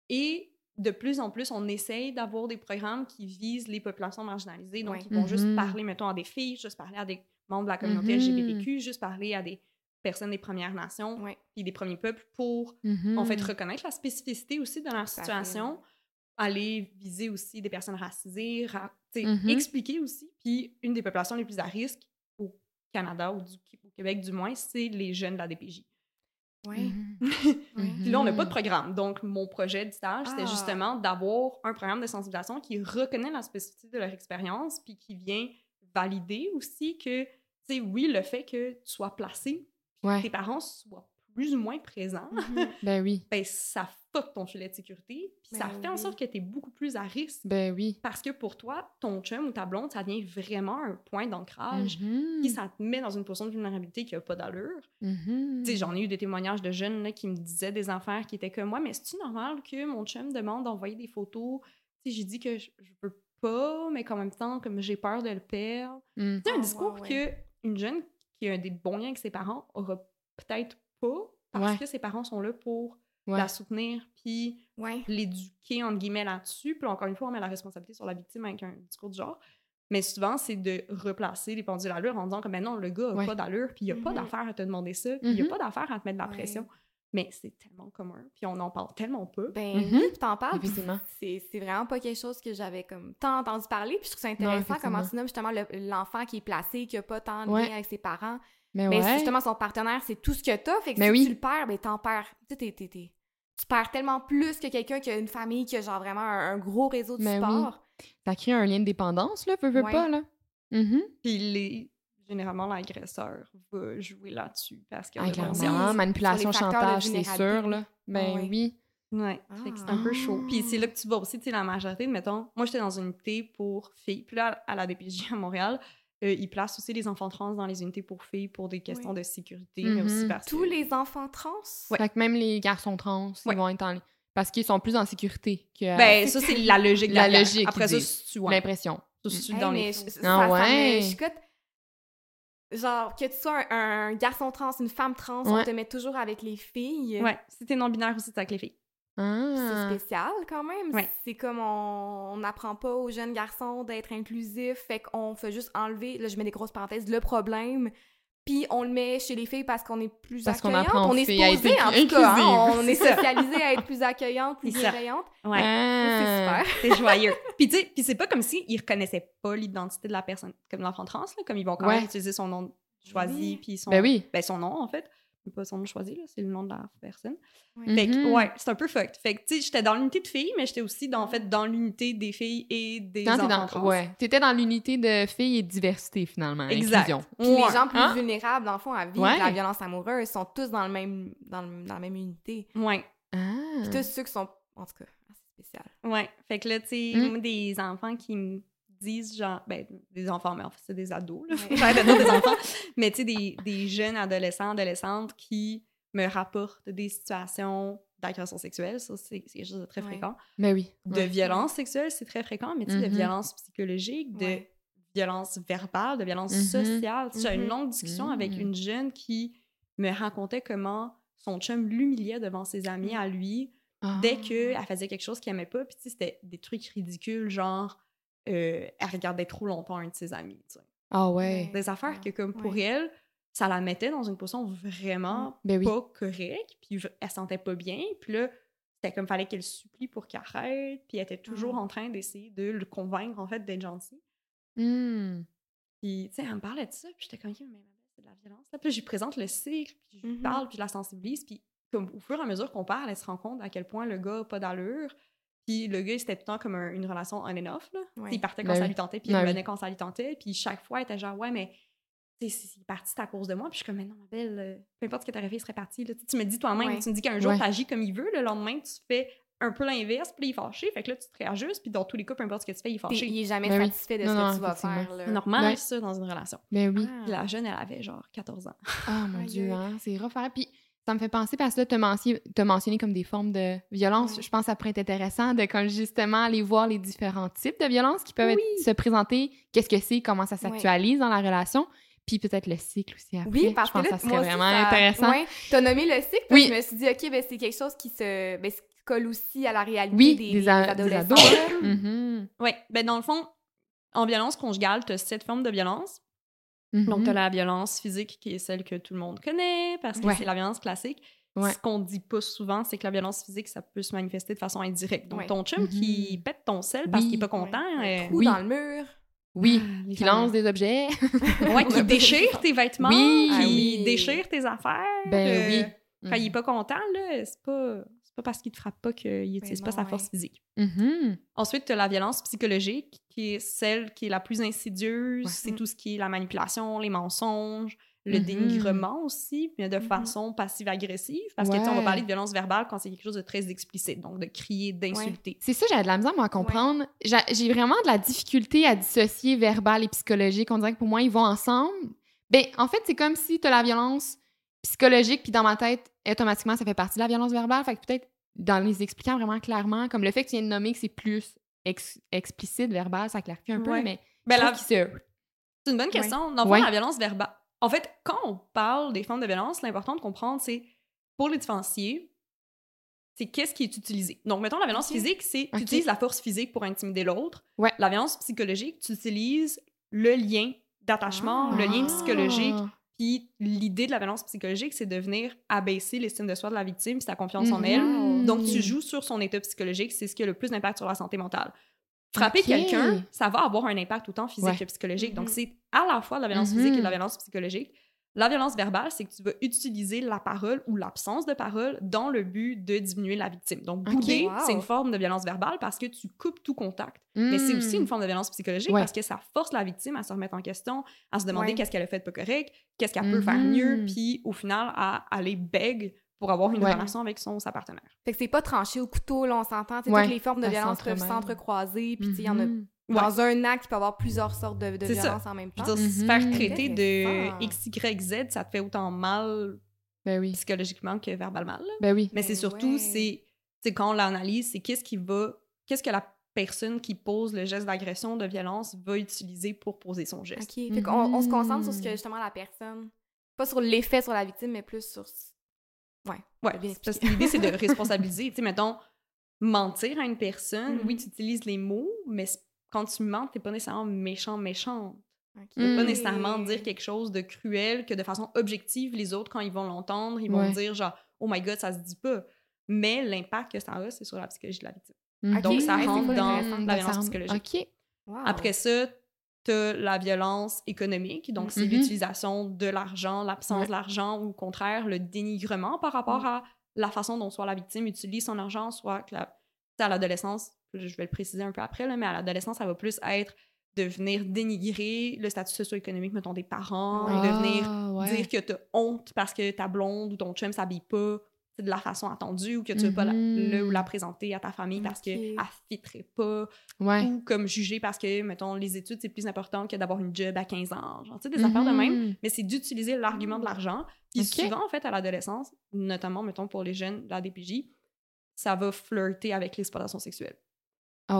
et de plus en plus, on essaye d'avoir des programmes qui visent les populations marginalisées, donc ils vont juste parler, mettons, à des filles, juste parler à des membres de la communauté LGBTQ, juste parler à des personnes des Premières Nations, puis des premiers peuples, pour, en fait, reconnaître la spécificité aussi de leur situation, aller viser aussi des personnes racisées, expliquer aussi. Puis une des populations les plus à risque au Canada ou au Québec du moins, c'est les jeunes de la DPJ. Puis là, on n'a pas de programme. Donc, mon projet de stage, c'était justement d'avoir un programme de sensibilisation qui reconnaît la spécificité de leur expérience puis qui vient valider aussi que, tu sais, oui, le fait que tu sois placé, tes parents soient plus ou moins présents, ben ça fuck ton filet de sécurité, puis ça fait en sorte que t'es beaucoup plus à risque. Parce que pour toi, ton chum ou ta blonde, ça devient vraiment un point d'ancrage, puis ça te met dans une position de vulnérabilité qui a pas d'allure. Tu sais, j'en ai eu des témoignages de jeunes là, qui me disaient des affaires qui étaient comme « Ouais, mais c'est-tu normal que mon chum demande d'envoyer des photos? » Tu sais, j'ai dit que je peux pas, mais qu'en même temps, comme j'ai peur de le perdre. C'est un discours que une jeune qui a des bons liens avec ses parents aura peut-être pas, parce que ses parents sont là pour la soutenir, puis l'éduquer, entre guillemets, là-dessus. Puis encore une fois, on met la responsabilité sur la victime avec un discours du genre. Mais souvent, c'est de replacer les pendules à l'allure en disant que, ben non, le gars a pas d'allure, puis il n'y a pas d'affaire à te demander ça, puis il n'y a pas d'affaire à te mettre de la pression. Mais c'est tellement commun, puis on n'en parle tellement peu. Ben oui, puis t'en parles, c'est vraiment pas quelque chose que j'avais comme tant entendu parler, puis je trouve ça intéressant comment tu nommes justement l'enfant qui est placé, qui a pas tant de lien avec ses parents. Mais justement, son partenaire, c'est tout ce que t'as. Fait que si tu le perds, ben t'en perds. Tu sais, tu perds tellement plus que quelqu'un qui a une famille, qui a genre vraiment un gros réseau de support. Ça crée un lien de dépendance, là, veux pas, là. Puis généralement, l'agresseur va jouer là-dessus. Parce que manipulation, chantage, c'est sûr, là. Oui. Ouais, fait que c'est un peu chaud. Puis c'est là que tu vois aussi, tu sais, la majorité, mettons, moi, j'étais dans une unité pour filles. Puis là, à la DPJ à Montréal, ils placent aussi les enfants trans dans les unités pour filles pour des questions de sécurité, mais aussi parce que... Tous les enfants trans? Fait que même les garçons trans, ils vont être parce qu'ils sont plus en sécurité que... Ben, ça, c'est la logique. La logique, après ça, tu l'impression. Dans les... Genre, que tu sois un garçon trans, une femme trans, on te met toujours avec les filles. Ouais, si t'es non-binaire aussi, c'est avec les filles. C'est spécial quand même. C'est comme on n'apprend pas aux jeunes garçons d'être inclusifs, fait qu'on fait juste enlever, là je mets des grosses parenthèses, le problème, puis on le met chez les filles parce qu'on est plus accueillante. On est supposé, en tout cas, on est socialisé à être plus accueillante, plus bienveillante. C'est super. C'est joyeux. Puis tu sais, c'est pas comme s'ils reconnaissaient pas l'identité de la personne, comme l'enfant trans, là, comme ils vont quand même utiliser son nom choisi, puis son nom en fait. Pas son nom choisi, là, c'est le nom de la personne. Fait que, c'est un peu fucked. Fait que, tu sais, j'étais dans l'unité de filles, mais j'étais aussi, dans l'unité des filles et des enfants trans. T'étais dans l'unité de filles et de diversité, finalement. Exact. Inclusion. Puis les gens plus vulnérables, dans le fond, à vivre la violence amoureuse, sont tous dans la même unité. Ouais. Puis tous ceux qui sont, en tout cas, assez spécial. Ouais. Fait que là, tu sais, des enfants qui me disent genre... Ben, des enfants, mais en fait, c'est des ados, là. J'arrête de dire des enfants. Mais tu sais, des jeunes adolescentes qui me rapportent des situations d'agression sexuelle. Ça, c'est quelque chose de très fréquent. Ben oui. De violence sexuelle, c'est très fréquent, mais tu sais, de violence psychologique, de violence verbale, de violence sociale. J'ai eu une longue discussion avec une jeune qui me racontait comment son chum l'humiliait devant ses amis à lui dès qu'elle faisait quelque chose qu'elle aimait pas. Puis tu sais, c'était des trucs ridicules, genre elle regardait trop longtemps un de ses amis, tu sais. Ah ouais. Des affaires que, comme pour elle, ça la mettait dans une position vraiment pas correcte, puis elle se sentait pas bien. Puis là, c'était comme fallait qu'elle supplie pour qu'il arrête, puis elle était toujours en train d'essayer de le convaincre, en fait, d'être gentil. Puis, tu sais, elle me parlait de ça, puis j'étais comme, mais c'est de la violence. Là. Puis je lui présente le cycle, puis je lui parle, puis je la sensibilise, puis comme au fur et à mesure qu'on parle, elle se rend compte à quel point le gars n'a pas d'allure. Puis le gars, c'était tout le temps comme une relation on and off, là. Il partait quand ça lui tentait, puis il revenait quand ça lui tentait, puis chaque fois, il était genre, ouais, mais il est parti, c'est à cause de moi. Puis je suis comme, mais non, ma belle, peu importe ce que t'aurais fait, il serait parti. Là. Tu me dis toi-même, tu me dis qu'un jour, t'agis comme il veut, le lendemain, tu fais un peu l'inverse, puis il est fâché. Fait que là, tu te réajustes, puis dans tous les cas, peu importe ce que tu fais, il est fâché. Il est jamais satisfait de ce que tu vas faire. C'est normal, ça, dans une relation. Mais oui. Puis la jeune, elle avait genre 14 ans. Ah, mon Dieu, hein, c'est rough. Puis ça me fait penser, parce que là, t'as mentionné comme des formes de violence. Je pense que ça pourrait être intéressant de, comme justement, aller voir les différents types de violences qui peuvent se présenter. Qu'est-ce que c'est, comment ça s'actualise dans la relation. Puis peut-être le cycle aussi après. Oui, parce je pense que là, ça serait vraiment intéressant. Oui, t'as nommé le cycle, puis je me suis dit, OK, ben c'est quelque chose qui se colle aussi à la réalité des adolescents. Oui, ben dans le fond, en violence conjugale, t'as 7 formes de violence. Donc, t'as la violence physique, qui est celle que tout le monde connaît, parce que c'est la violence classique. Ce qu'on dit pas souvent, c'est que la violence physique, ça peut se manifester de façon indirecte. Donc, ton chum qui pète ton sel parce qu'il est pas content. Un trou dans le mur. Oui, qui lance des objets. Qui déchire tes vêtements, qui déchire tes affaires. Ben oui. Quand il est pas content, là, c'est pas parce qu'il te frappe pas qu'il utilise pas sa force physique. Ensuite, tu as la violence psychologique, qui est celle qui est la plus insidieuse. C'est tout ce qui est la manipulation, les mensonges, le dénigrement aussi, mais de façon passive-agressive. Parce que, tu sais, on va parler de violence verbale quand c'est quelque chose de très explicite, donc de crier, d'insulter. C'est ça, j'avais de la misère, moi, à comprendre. J'ai vraiment de la difficulté à dissocier verbal et psychologique. On dirait que pour moi, ils vont ensemble. Ben, en fait, c'est comme si tu as la violence psychologique, puis dans ma tête, automatiquement, ça fait partie de la violence verbale. Fait que peut-être, dans les expliquant vraiment clairement, comme le fait que tu viens de nommer que c'est plus explicite, verbal, ça clarifie un peu, mais c'est une bonne question. Dans le fond, la violence verbale... En fait, quand on parle des formes de violence, l'important de comprendre, c'est, pour les différencier, c'est qu'est-ce qui est utilisé. Donc, mettons, la violence physique, c'est tu utilises la force physique pour intimider l'autre. La violence psychologique, tu utilises le lien d'attachement, le lien psychologique. Puis l'idée de la violence psychologique, c'est de venir abaisser l'estime de soi de la victime puis sa confiance en elle. Donc, tu joues sur son état psychologique. C'est ce qui a le plus d'impact sur la santé mentale. Frapper quelqu'un, ça va avoir un impact autant physique que psychologique. Donc, c'est à la fois de la violence physique et de la violence psychologique. La violence verbale, c'est que tu vas utiliser la parole ou l'absence de parole dans le but de diminuer la victime. Donc, bouder, c'est une forme de violence verbale parce que tu coupes tout contact. Mais c'est aussi une forme de violence psychologique parce que ça force la victime à se remettre en question, à se demander qu'est-ce qu'elle a fait de pas correct, qu'est-ce qu'elle peut faire mieux, puis au final, à aller beg pour avoir une relation avec sa partenaire. Fait que c'est pas tranché au couteau, là, on s'entend. Toutes les formes de violence peuvent s'entrecroiser, puis il y en a... Dans un acte, il peut y avoir plusieurs sortes de violences en même temps. Je veux dire, se faire traiter de X, Y, Z, ça te fait autant mal psychologiquement que verbalement. Mais c'est surtout, c'est quand on l'analyse, c'est qu'est-ce que la personne qui pose le geste d'agression, de violence, va utiliser pour poser son geste. OK. Fait qu'on se concentre sur ce que, justement, la personne... Pas sur l'effet sur la victime, mais plus sur... Parce que l'idée, c'est de responsabiliser. Tu sais, mettons, mentir à une personne, oui, tu utilises les mots, mais quand tu mens, t'es pas nécessairement méchante. Tu peux pas nécessairement dire quelque chose de cruel que de façon objective, les autres, quand ils vont l'entendre, ils vont dire genre « Oh my God, ça se dit pas ». Mais l'impact que ça a, c'est sur la psychologie de la victime. Donc, ça rentre dans la violence psychologique. Après ça, t'as la violence économique, donc c'est l'utilisation de l'argent, l'absence de l'argent, ou au contraire, le dénigrement par rapport à la façon dont soit la victime utilise son argent, soit que à l'adolescence, je vais le préciser un peu après, là, mais à l'adolescence, ça va plus être de venir dénigrer le statut socio-économique, mettons, des parents, de venir dire que t'as honte parce que ta blonde ou ton chum s'habille pas de la façon attendue ou que tu veux pas la présenter à ta famille parce qu'elle ne fitterait pas ou comme juger parce que, mettons, les études, c'est plus important que d'avoir une job à 15 ans. Genre, tu sais, des affaires de même, mais c'est d'utiliser l'argument de l'argent. Puis souvent, en fait, à l'adolescence, notamment, mettons, pour les jeunes de la DPJ, ça va flirter avec l'exploitation sexuelle. Ça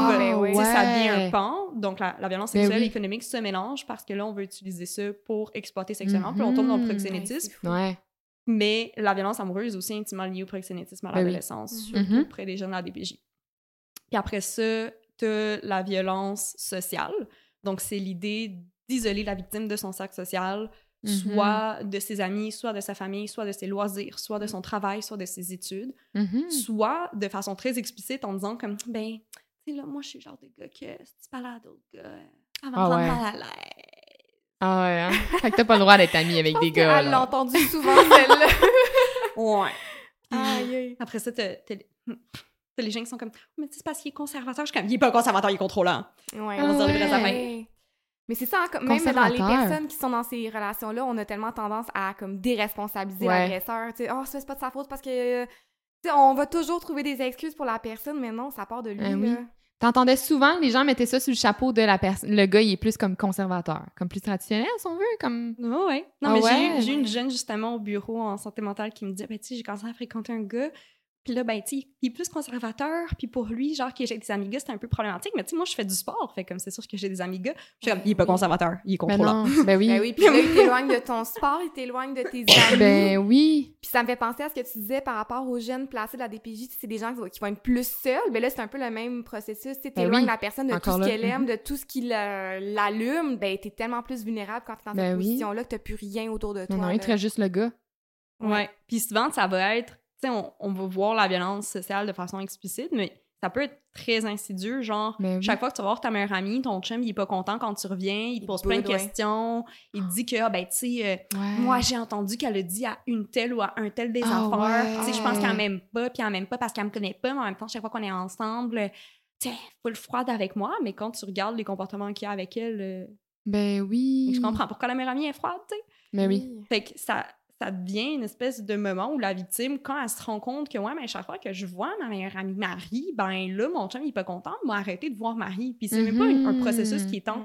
devient un pan. Donc, la violence sexuelle et économique se mélange parce que là, on veut utiliser ça pour exploiter sexuellement. Puis on tombe dans le proxénétisme. Mais la violence amoureuse est aussi intimement liée au proxénétisme à l'adolescence, surtout auprès des jeunes de la DPJ. Puis après ça, t'as la violence sociale. Donc, c'est l'idée d'isoler la victime de son cercle social, soit de ses amis, soit de sa famille, soit de ses loisirs, soit de son travail, soit de ses études, soit de façon très explicite en disant comme, ben, tu sais, là, moi, je suis le genre de gars que si tu parles à d'autres gars, ça va me rendre mal à l'aise. Ah ouais, hein? Fait que t'as pas le droit d'être amie avec des gars. Elle l'a entendu souvent, celle-là. Ouais. Aïe. Après ça, t'as les gens qui sont comme, mais c'est parce qu'il est conservateur. Je suis comme, il est pas conservateur, il est contrôlant. Ouais. On va se dire les vraies affaires. Mais c'est ça, même dans les personnes qui sont dans ces relations-là, on a tellement tendance à comme déresponsabiliser l'agresseur. Tu sais, c'est pas de sa faute parce que, tu sais, on va toujours trouver des excuses pour la personne, mais non, ça part de lui, là. T'entendais souvent, les gens mettaient ça sur le chapeau de la personne. Le gars, il est plus comme conservateur, comme plus traditionnel, si on veut, comme... Ouais. Non, mais j'ai eu une jeune, justement, au bureau en santé mentale qui me dit, ben, tu sais, j'ai commencé à fréquenter un gars, puis là, ben, tu sais, il est plus conservateur, puis pour lui, genre, que j'ai des amis gars, c'est un peu problématique, mais tu sais, moi, je fais du sport, fait comme c'est sûr que j'ai des amis gars, je suis comme, il est pas conservateur, il est contrôlant. Ben oui. Ben oui, puis là, il t'éloigne de ton sport, il t'éloigne de tes amis. Ben oui. Puis ça me fait penser à ce que tu disais par rapport aux jeunes placés de la DPJ, c'est des gens qui vont être plus seuls, ben là, c'est un peu le même processus, tu sais, t'éloignes la personne de tout ce qu'elle aime, de tout ce qui l'allume, ben t'es tellement plus vulnérable quand t'es dans cette position-là que t'as plus rien autour de toi. Non, il traite juste le gars. Ouais. Puis souvent, ça va être, tu sais, on va voir la violence sociale de façon explicite, mais ça peut être très insidieux, genre, chaque fois que tu vas voir ta meilleure amie, ton chum, il est pas content quand tu reviens, il te pose plein de questions, il te dit que, ben, tu sais, moi, j'ai entendu qu'elle a dit à une telle ou à un tel des affaires, tu sais, je pense qu'elle m'aime pas, puis elle m'aime pas parce qu'elle me connaît pas, mais en même temps, chaque fois qu'on est ensemble, tu sais, full froide avec moi, mais quand tu regardes les comportements qu'il y a avec elle... Ben oui! Je comprends pourquoi la meilleure amie est froide, tu sais. Ben oui. Fait que ça devient une espèce de moment où la victime, quand elle se rend compte que, ouais, mais chaque fois que je vois ma meilleure amie Marie, ben là, mon chum, il est pas content, m'a arrêté de voir Marie. Puis c'est même pas un processus qui est tant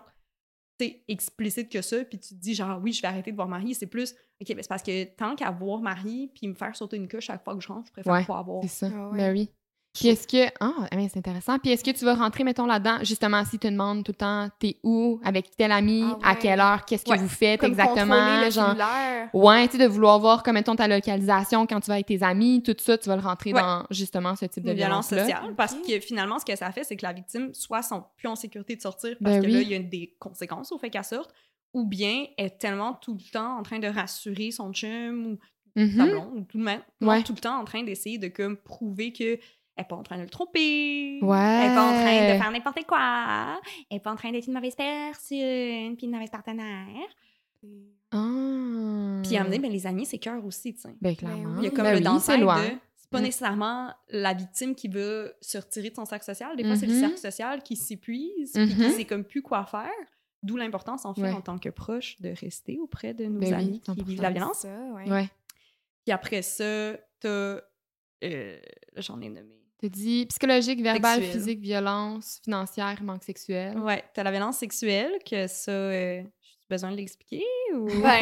explicite que ça, puis tu te dis, genre, oui, je vais arrêter de voir Marie. C'est plus, OK, ben c'est parce que tant qu'à voir Marie, puis me faire sauter une couche chaque fois que je rentre, je préfère pas avoir. C'est ça. Ben oui. Puis est-ce que... c'est intéressant. Puis est-ce que tu vas rentrer, mettons, là-dedans, justement, si tu te demandes tout le temps, t'es où, avec tel ami, à quelle heure, qu'est-ce que vous faites comme exactement? Le genre, cellulaire. Ouais, tu sais, de vouloir voir, comme, mettons, ta localisation quand tu vas avec tes amis, tout ça, tu vas le rentrer dans, justement, ce type de violence-là. Sociale, parce que finalement, ce que ça fait, c'est que la victime, soit sont plus en sécurité de sortir, parce que là, il y a des conséquences au fait qu'elle sorte, ou bien est tellement tout le temps en train de rassurer son chum, ou sa blonde, ou tout le temps en train d'essayer de, comme, prouver que elle n'est pas en train de le tromper. Elle n'est pas en train de faire n'importe quoi. Elle n'est pas en train d'être une mauvaise personne, puis une mauvaise partenaire. Puis à un moment donné, les amis, c'est cœur aussi, tu sais. Ben, clairement. Il y a comme le danseur de... C'est pas nécessairement la victime qui veut se retirer de son cercle social. Des fois, c'est le cercle social qui s'épuise, puis qui sait comme plus quoi faire. D'où l'importance, en fait, en tant que proche, de rester auprès de nos amis qui vivent la violence. Puis après ça, t'as... j'en ai nommé. Tu dis psychologique, verbal, physique, violence, financière, manque sexuel. Ouais, t'as la violence sexuelle, que ça, j'ai besoin de l'expliquer ou... Ben...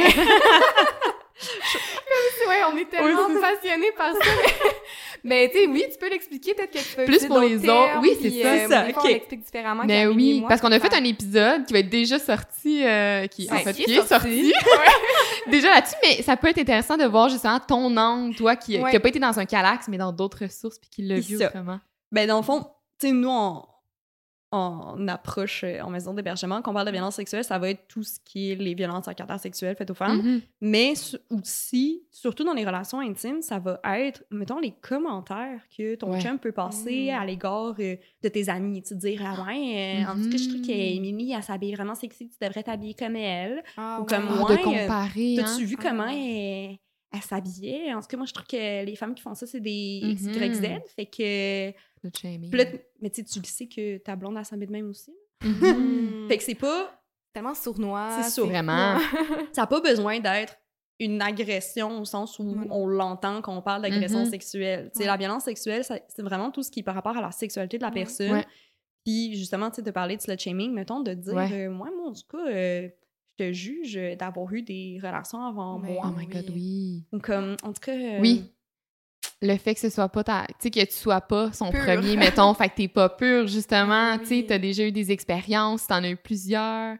on est tellement passionnés par ça. Mais tu sais, oui, tu peux l'expliquer, peut-être que tu peux plus pour les autres. Oui, c'est ça. On l'explique différemment. Mais oui, parce qu'on a fait un épisode qui va être déjà sorti, qui est sorti. Déjà là-dessus, mais ça peut être intéressant de voir justement ton angle, toi, qui a pas été dans un calax, mais dans d'autres sources, puis qui l'a vu autrement. Ben dans le fond, tu sais, nous, on approche en maison d'hébergement, quand on parle de violence sexuelle, ça va être tout ce qui est les violences à caractère sexuel faites aux femmes, mais aussi, surtout dans les relations intimes, ça va être, mettons, les commentaires que ton chum peut passer à l'égard de tes amis, tu dire, en tout cas, je trouve qu'Émilie, elle s'habille vraiment sexy, tu devrais t'habiller comme elle, ou comme moi, de comparer, t'as-tu vu comment elle s'habillait? En tout cas, moi, je trouve que les femmes qui font ça, c'est des XYZ, fait que... Mais tu le sais que ta blonde, elle s'habille de même aussi. Fait que c'est pas... Tellement sournois. C'est sourd. Vraiment. Ça n'a pas besoin d'être une agression au sens où on l'entend quand on parle d'agression sexuelle. Tu sais, la violence sexuelle, c'est vraiment tout ce qui est par rapport à la sexualité de la personne. Ouais. Puis justement, tu sais, de parler de slut-shaming, mettons, de dire, moi, en tout cas, je te juge d'avoir eu des relations avant moi. Oh my God, oui. Ou comme, en tout cas... Oui. Le fait que ce soit pas tu sais, que tu sois pas son premier, mettons, fait que t'es pas pur, justement, tu sais, t'as déjà eu des expériences, t'en as eu plusieurs.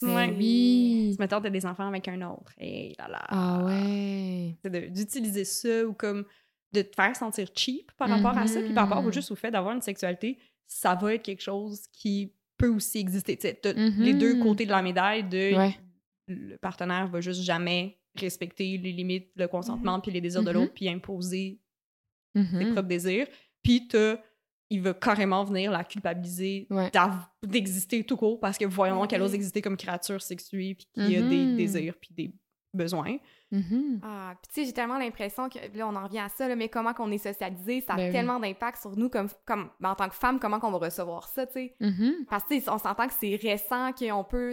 Oui. Mettons, t'as des enfants avec un autre. Et là là. Ah ouais. C'est d'utiliser ça ou comme de te faire sentir cheap par rapport à ça, puis par rapport juste au fait d'avoir une sexualité, ça va être quelque chose qui peut aussi exister. Tu sais, t'as les deux côtés de la médaille de le partenaire va juste jamais respecter les limites, le consentement puis les désirs de l'autre puis imposer ses propres désirs. Puis il va carrément venir la culpabiliser d'exister tout court parce que voyons qu'elle ose exister comme créature sexuée puis qu'il y a des désirs puis des besoins. Ah, puis tu sais, j'ai tellement l'impression que, là, on en revient à ça, là, mais comment qu'on est socialisé, ça a tellement d'impact sur nous comme en tant que femme, comment qu'on va recevoir ça, tu sais. Parce que, on s'entend que c'est récent qu'on peut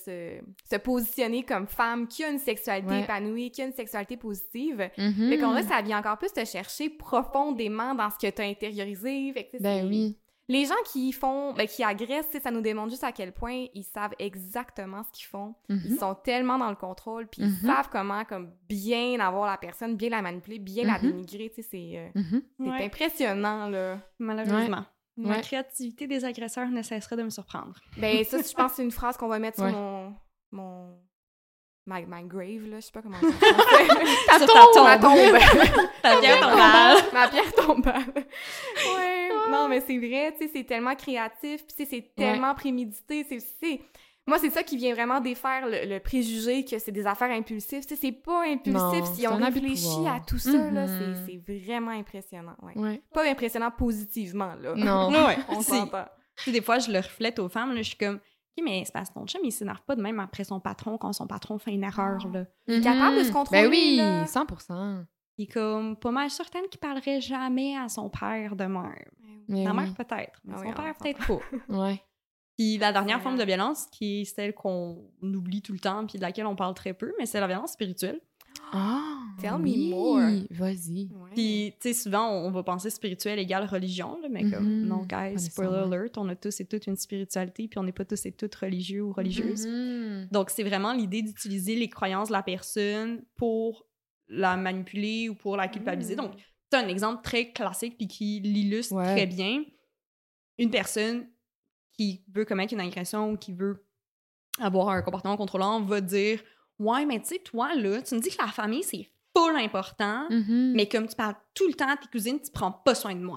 se positionner comme femme qui a une sexualité épanouie, qui a une sexualité positive. Fait qu'on ça vient encore plus te chercher profondément dans ce que t'as intériorisé. Fait que, oui. Les gens qui qui agressent, ça nous démontre juste à quel point ils savent exactement ce qu'ils font. Ils sont tellement dans le contrôle, puis ils savent comment comme bien avoir la personne, bien la manipuler, bien la dénigrer, tu sais, c'est impressionnant, là. Malheureusement. La créativité des agresseurs ne cessera de me surprendre. Ben ça, je pense que c'est une phrase qu'on va mettre sur mon... My grave, là, je sais pas comment ça s'appelle. Ta tombe! Ta pierre tombale! Ma pierre tombale! Ouais! Non, mais c'est vrai, tu sais, c'est tellement créatif, puis c'est tellement prémédité, Moi, c'est ça qui vient vraiment défaire le préjugé que c'est des affaires impulsives. Tu sais, c'est pas impulsif. Si on réfléchit à tout ça, là, c'est vraiment impressionnant, Pas impressionnant positivement, là. Non. On s'entend. Tu sais, des fois, je le reflète aux femmes, là, je suis comme... OK, mais c'est parce que ton chum, il s'énerve pas de même après son patron quand son patron fait une erreur, là. Il est capable de se contrôler, Ben oui, là. 100%. Il est comme pas mal certaine qu'il parlerait jamais à son père de même. Sa mère, peut-être, mais son père, peut-être pas. Puis la dernière forme de violence, qui est celle qu'on oublie tout le temps puis de laquelle on parle très peu, mais c'est la violence spirituelle. Tell me more. Vas-y. Puis, tu sais, souvent, on va penser spirituel égale religion, là, mais comme, non, guys, spoiler alert, on a tous et toutes une spiritualité, puis on n'est pas tous et toutes religieux ou religieuses. Donc, c'est vraiment l'idée d'utiliser les croyances de la personne pour la manipuler ou pour la culpabiliser. Donc, c'est un exemple très classique puis qui l'illustre très bien. Une personne qui veut commettre une agression ou qui veut avoir un comportement contrôlant va dire « Ouais, mais tu sais, toi, là, tu me dis que la famille, c'est full important, mais comme tu parles tout le temps à tes cousines, tu prends pas soin de moi. »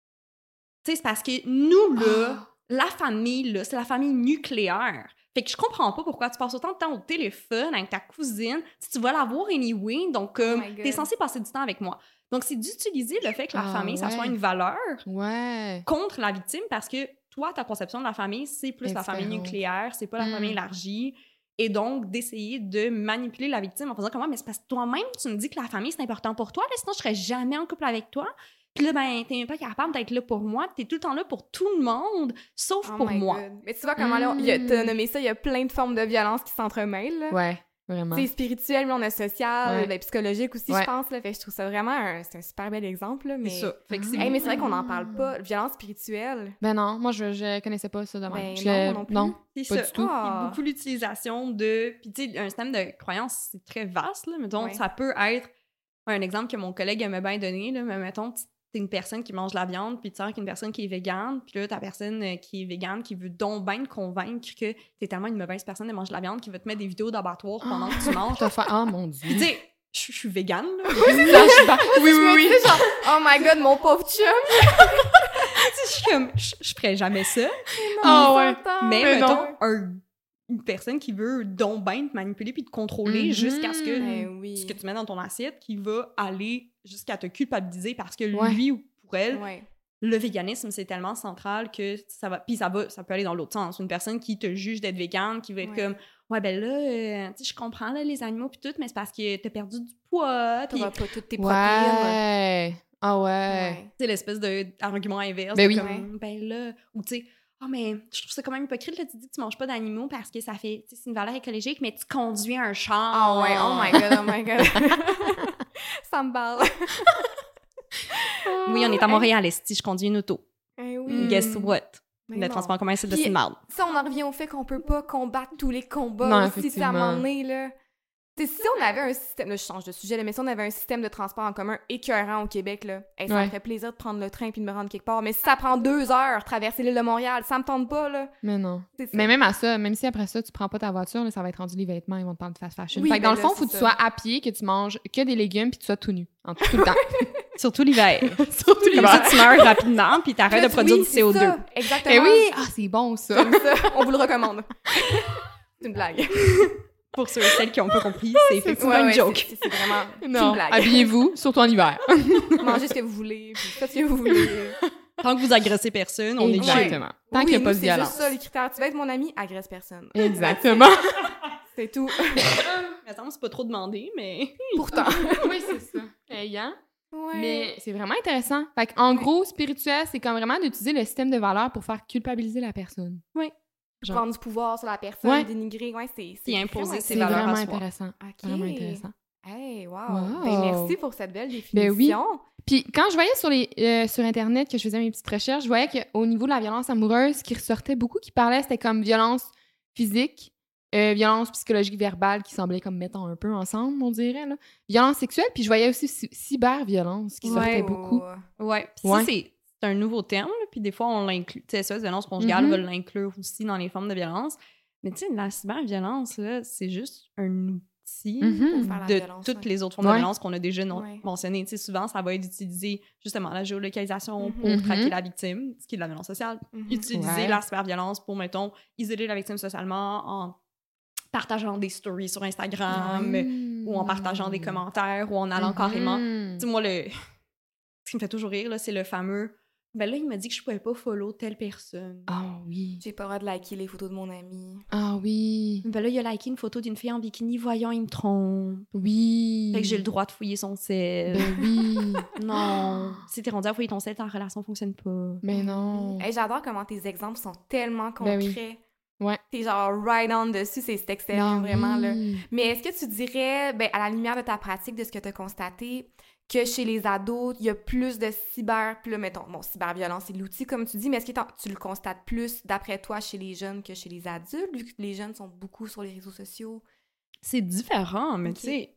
Tu sais, c'est parce que nous, là, la famille, là, c'est la famille nucléaire. Fait que je comprends pas pourquoi tu passes autant de temps au téléphone avec ta cousine si tu vas la voir anyway, donc comme t'es censé passer du temps avec moi. Donc, c'est d'utiliser le fait que la famille, ça soit une valeur contre la victime parce que toi, ta conception de la famille, c'est plus la famille nucléaire, c'est pas la famille élargie. Et donc, d'essayer de manipuler la victime en faisant comme « mais c'est parce que toi-même, tu me dis que la famille, c'est important pour toi, là, sinon je serais jamais en couple avec toi. Puis là, ben, t'es même pas capable d'être là pour moi, t'es tout le temps là pour tout le monde, sauf pour moi. » Mais tu vois comment là, t'as nommé ça, il y a plein de formes de violence qui s'entremêlent, là. Ouais. Vraiment. C'est spirituel, mais on a social, psychologique aussi, je pense. Là. Fait que je trouve ça vraiment c'est un super bel exemple. Là, mais... C'est ça. Fait que mais c'est vrai qu'on n'en parle pas. Violence spirituelle. Ben non, moi, je connaissais pas ça de même. Non, pas du tout. Il y a beaucoup l'utilisation de... Puis tu sais, un système de croyance, c'est très vaste, là. Mettons, ça peut être... Un exemple que mon collègue aimait bien donner, là, mais mettons, t'es une personne qui mange la viande, puis tu sors avec une personne qui est végane, puis là, ta personne qui est végane, qui veut donc bien te convaincre que t'es tellement une mauvaise personne de manger la viande, qui veut te mettre des vidéos d'abattoir pendant que tu manges. Oh mon Dieu! Tu sais, je suis végane, là. Oui. Genre, oh my God, mon pauvre chum! Je suis comme, je ferais jamais ça. Mais mettons, une personne qui veut donc bien te manipuler puis te contrôler jusqu'à ce que ce que tu mets dans ton assiette, qui va aller jusqu'à te culpabiliser parce que lui ou pour elle, le véganisme, c'est tellement central que ça va... Puis ça peut aller dans l'autre sens. Une personne qui te juge d'être végane, qui va être comme « Ouais, ben là, tu sais, je comprends là, les animaux puis tout, mais c'est parce que t'as perdu du poids. » Puis t'auras pas toutes tes protéines. Ah ouais. Tu sais, l'espèce d'argument inverse. Ben oui. Comme, ben là... Ou tu sais... « Oh, mais je trouve ça quand même hypocrite, là, tu dis que tu manges pas d'animaux parce que ça fait, c'est une valeur écologique, mais tu conduis un char. » Ah ouais, oh my god. Ça me parle. Oui, on est à Montréal, esti, je conduis une auto. Oui. Guess what? Mais le transport en commun, c'est de cette merde. Ça, on en revient au fait qu'on peut pas combattre tous les combats aussi, c'est à un moment donné, là. T'sais, si on avait un système, là, je change de sujet, là, mais si on avait un système de transport en commun écœurant au Québec, là, ça me ferait plaisir de prendre le train puis de me rendre quelque part. Mais si ça prend 2 heures traverser l'île de Montréal, ça me tente pas, là. Mais non. Mais même à ça, même si après ça, tu prends pas ta voiture, là, ça va être rendu les vêtements, ils vont te parler de fast fashion. Oui, fait que dans le fond, il faut que tu sois à pied, que tu manges que des légumes puis que tu sois tout nu. Tout le temps. Surtout l'hiver. Surtout l'hiver. Comme ça, tu meurs rapidement puis t'arrêtes de produire du CO2. Ça. Exactement. Et oui! Ah, c'est bon, ça. Comme ça, on vous le recommande. C'est une blague. Pour ceux et celles qui ont pas compris, c'est effectivement une joke. C'est vraiment une blague. Habillez-vous, surtout en hiver. Mangez ce que vous voulez, puis faites ce que vous voulez. Tant que vous agressez personne, on est bien. Exactement. Tant qu'il n'y a pas de violence. C'est juste ça, les critères. Tu veux être mon ami, agresse personne. Exactement. C'est tout. Attends, c'est pas trop demandé, mais... Pourtant. Oui, c'est ça. Ayant. Ouais. Mais c'est vraiment intéressant. Fait qu'en gros, spirituel, c'est comme vraiment d'utiliser le système de valeurs pour faire culpabiliser la personne. Oui. Genre... Prendre du pouvoir sur la personne, dénigrer, c'est imposer ses c'est valeurs vraiment à soi. intéressant. Okay. Vraiment intéressant. Hey, wow. Ben, merci pour cette belle définition. Ben oui. Puis quand je voyais sur Internet que je faisais mes petites recherches, je voyais qu'au niveau de la violence amoureuse, ce qui ressortait beaucoup, qui parlait, c'était comme violence physique, violence psychologique verbale qui semblait comme mettant un peu ensemble, on dirait, là. Violence sexuelle, puis je voyais aussi cyberviolence qui sortait beaucoup. Ouais, puis ça, c'est un nouveau terme, là, puis des fois, on l'inclut. Tu sais, ça, violence conjugale, veulent l'inclure aussi dans les formes de violence. Mais tu sais, la cyberviolence, là, c'est juste un outil de toutes les autres formes de violence qu'on a déjà mentionnées. Tu sais, souvent, ça va être d'utiliser, justement, la géolocalisation pour traquer la victime, ce qui est de la violence sociale. Utiliser la cyberviolence pour, mettons, isoler la victime socialement en partageant des stories sur Instagram ou en partageant des commentaires ou en allant carrément... Tu sais, moi, ce qui me fait toujours rire, là, c'est le fameux... Ben là, il m'a dit que je pouvais pas follow telle personne. Ah oui. J'ai pas le droit de liker les photos de mon ami. Ah oui. Ben là, il a liké une photo d'une fille en bikini. Voyons, il me trompe. Oui. Fait que j'ai le droit de fouiller son sel. Ben oui. Non. Si t'es rendu à fouiller ton sel, ta relation fonctionne pas. Mais non. Hey, j'adore comment tes exemples sont tellement concrets. Ben oui. Ouais. T'es genre right on dessus, c'est excellent, vraiment, là. Mais est-ce que tu dirais, ben, à la lumière de ta pratique, de ce que t'as constaté, que chez les ados, il y a plus de puis là, mettons, bon, cyberviolence, c'est l'outil, comme tu dis, mais est-ce que tu le constates plus, d'après toi, chez les jeunes que chez les adultes, vu que les jeunes sont beaucoup sur les réseaux sociaux? C'est différent, mais tu sais,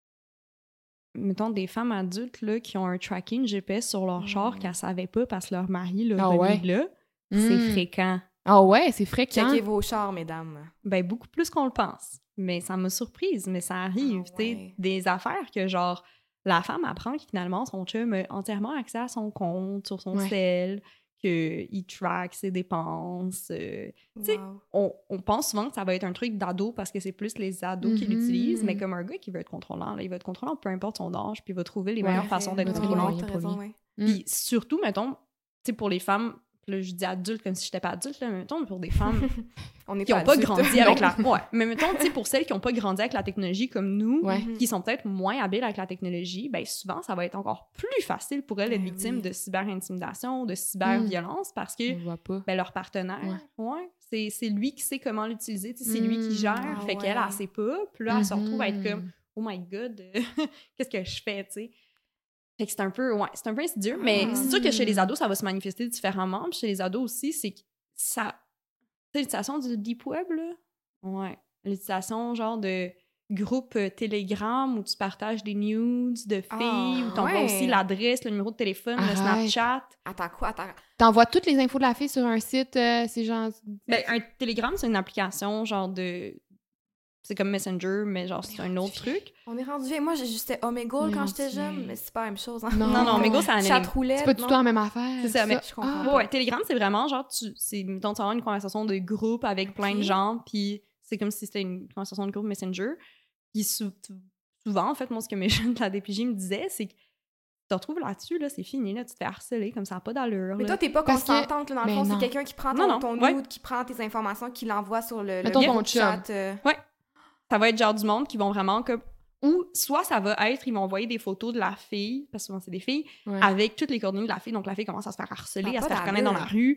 mettons, des femmes adultes, là, qui ont un tracking GPS sur leur char qu'elles savaient pas parce que leur mari l'a remis là, c'est fréquent. Ah ouais, c'est fréquent. Checkez vos chars, mesdames. Ben, beaucoup plus qu'on le pense. Mais ça m'a surprise, mais ça arrive, tu sais, des affaires que, genre, la femme apprend que finalement, son chum a entièrement accès à son compte, sur son cell, qu'il track ses dépenses. Tu sais, on pense souvent que ça va être un truc d'ado parce que c'est plus les ados qui l'utilisent, mais comme un gars qui veut être contrôlant, là, il va être contrôlant peu importe son âge, puis il va trouver les meilleures façons d'être contrôlant. Puis surtout, mettons, tu sais, pour les femmes, là, je dis adulte comme si j'étais pas adulte, là, mais mettons, pour des femmes qui n'ont pas grandi avec la... Ouais, mais mettons, tu sais, pour celles qui n'ont pas grandi avec la technologie comme nous, qui sont peut-être moins habiles avec la technologie, ben souvent, ça va être encore plus facile pour elles d'être victimes de cyber-intimidation, de cyber-violence, parce que ben, leur partenaire, c'est lui qui sait comment l'utiliser, c'est lui qui gère, fait qu'elle, elle sait pas, puis là, elle se retrouve à être comme « Oh my God, qu'est-ce que je fais? » tu sais. Fait que c'est un peu insidieux, mais c'est sûr que chez les ados, ça va se manifester différemment. Puis chez les ados aussi, c'est que ça... Tu sais, l'utilisation du Deep Web, là? Ouais. L'utilisation, genre, de groupes Telegram où tu partages des nudes de filles, où t'envoies aussi l'adresse, le numéro de téléphone, le Snapchat. Attends. T'envoies toutes les infos de la fille sur un site, c'est genre... Ben, un Telegram, c'est une application, genre, de... C'est comme Messenger, mais genre, c'est un autre truc. On est rendu vieux. Moi, j'étais Omegle quand j'étais jeune, mais c'est pas la même chose. Hein? Non, Omegle, c'est un chatroulette. C'est pas du tout la même affaire. C'est ça, mais je comprends. Ouais, Telegram, c'est vraiment genre, mettons, tu as une conversation de groupe avec plein de gens, puis c'est comme si c'était une conversation de groupe Messenger. Puis souvent, en fait, moi, ce que mes jeunes de la DPJ me disaient, c'est que tu te retrouves là-dessus, là, c'est fini, là, tu te fais harceler, comme ça n'a pas d'allure. Mais toi, t'es pas consentante, là, dans le fond, c'est quelqu'un qui prend ton nude, qui prend tes informations, qui l'envoie sur le chat. Ouais. Ça va être genre du monde qui vont vraiment comme... Ou soit ça va être, ils vont envoyer des photos de la fille, parce que souvent c'est des filles, avec toutes les coordonnées de la fille. Donc la fille commence à se faire harceler, à se faire connaître dans la rue.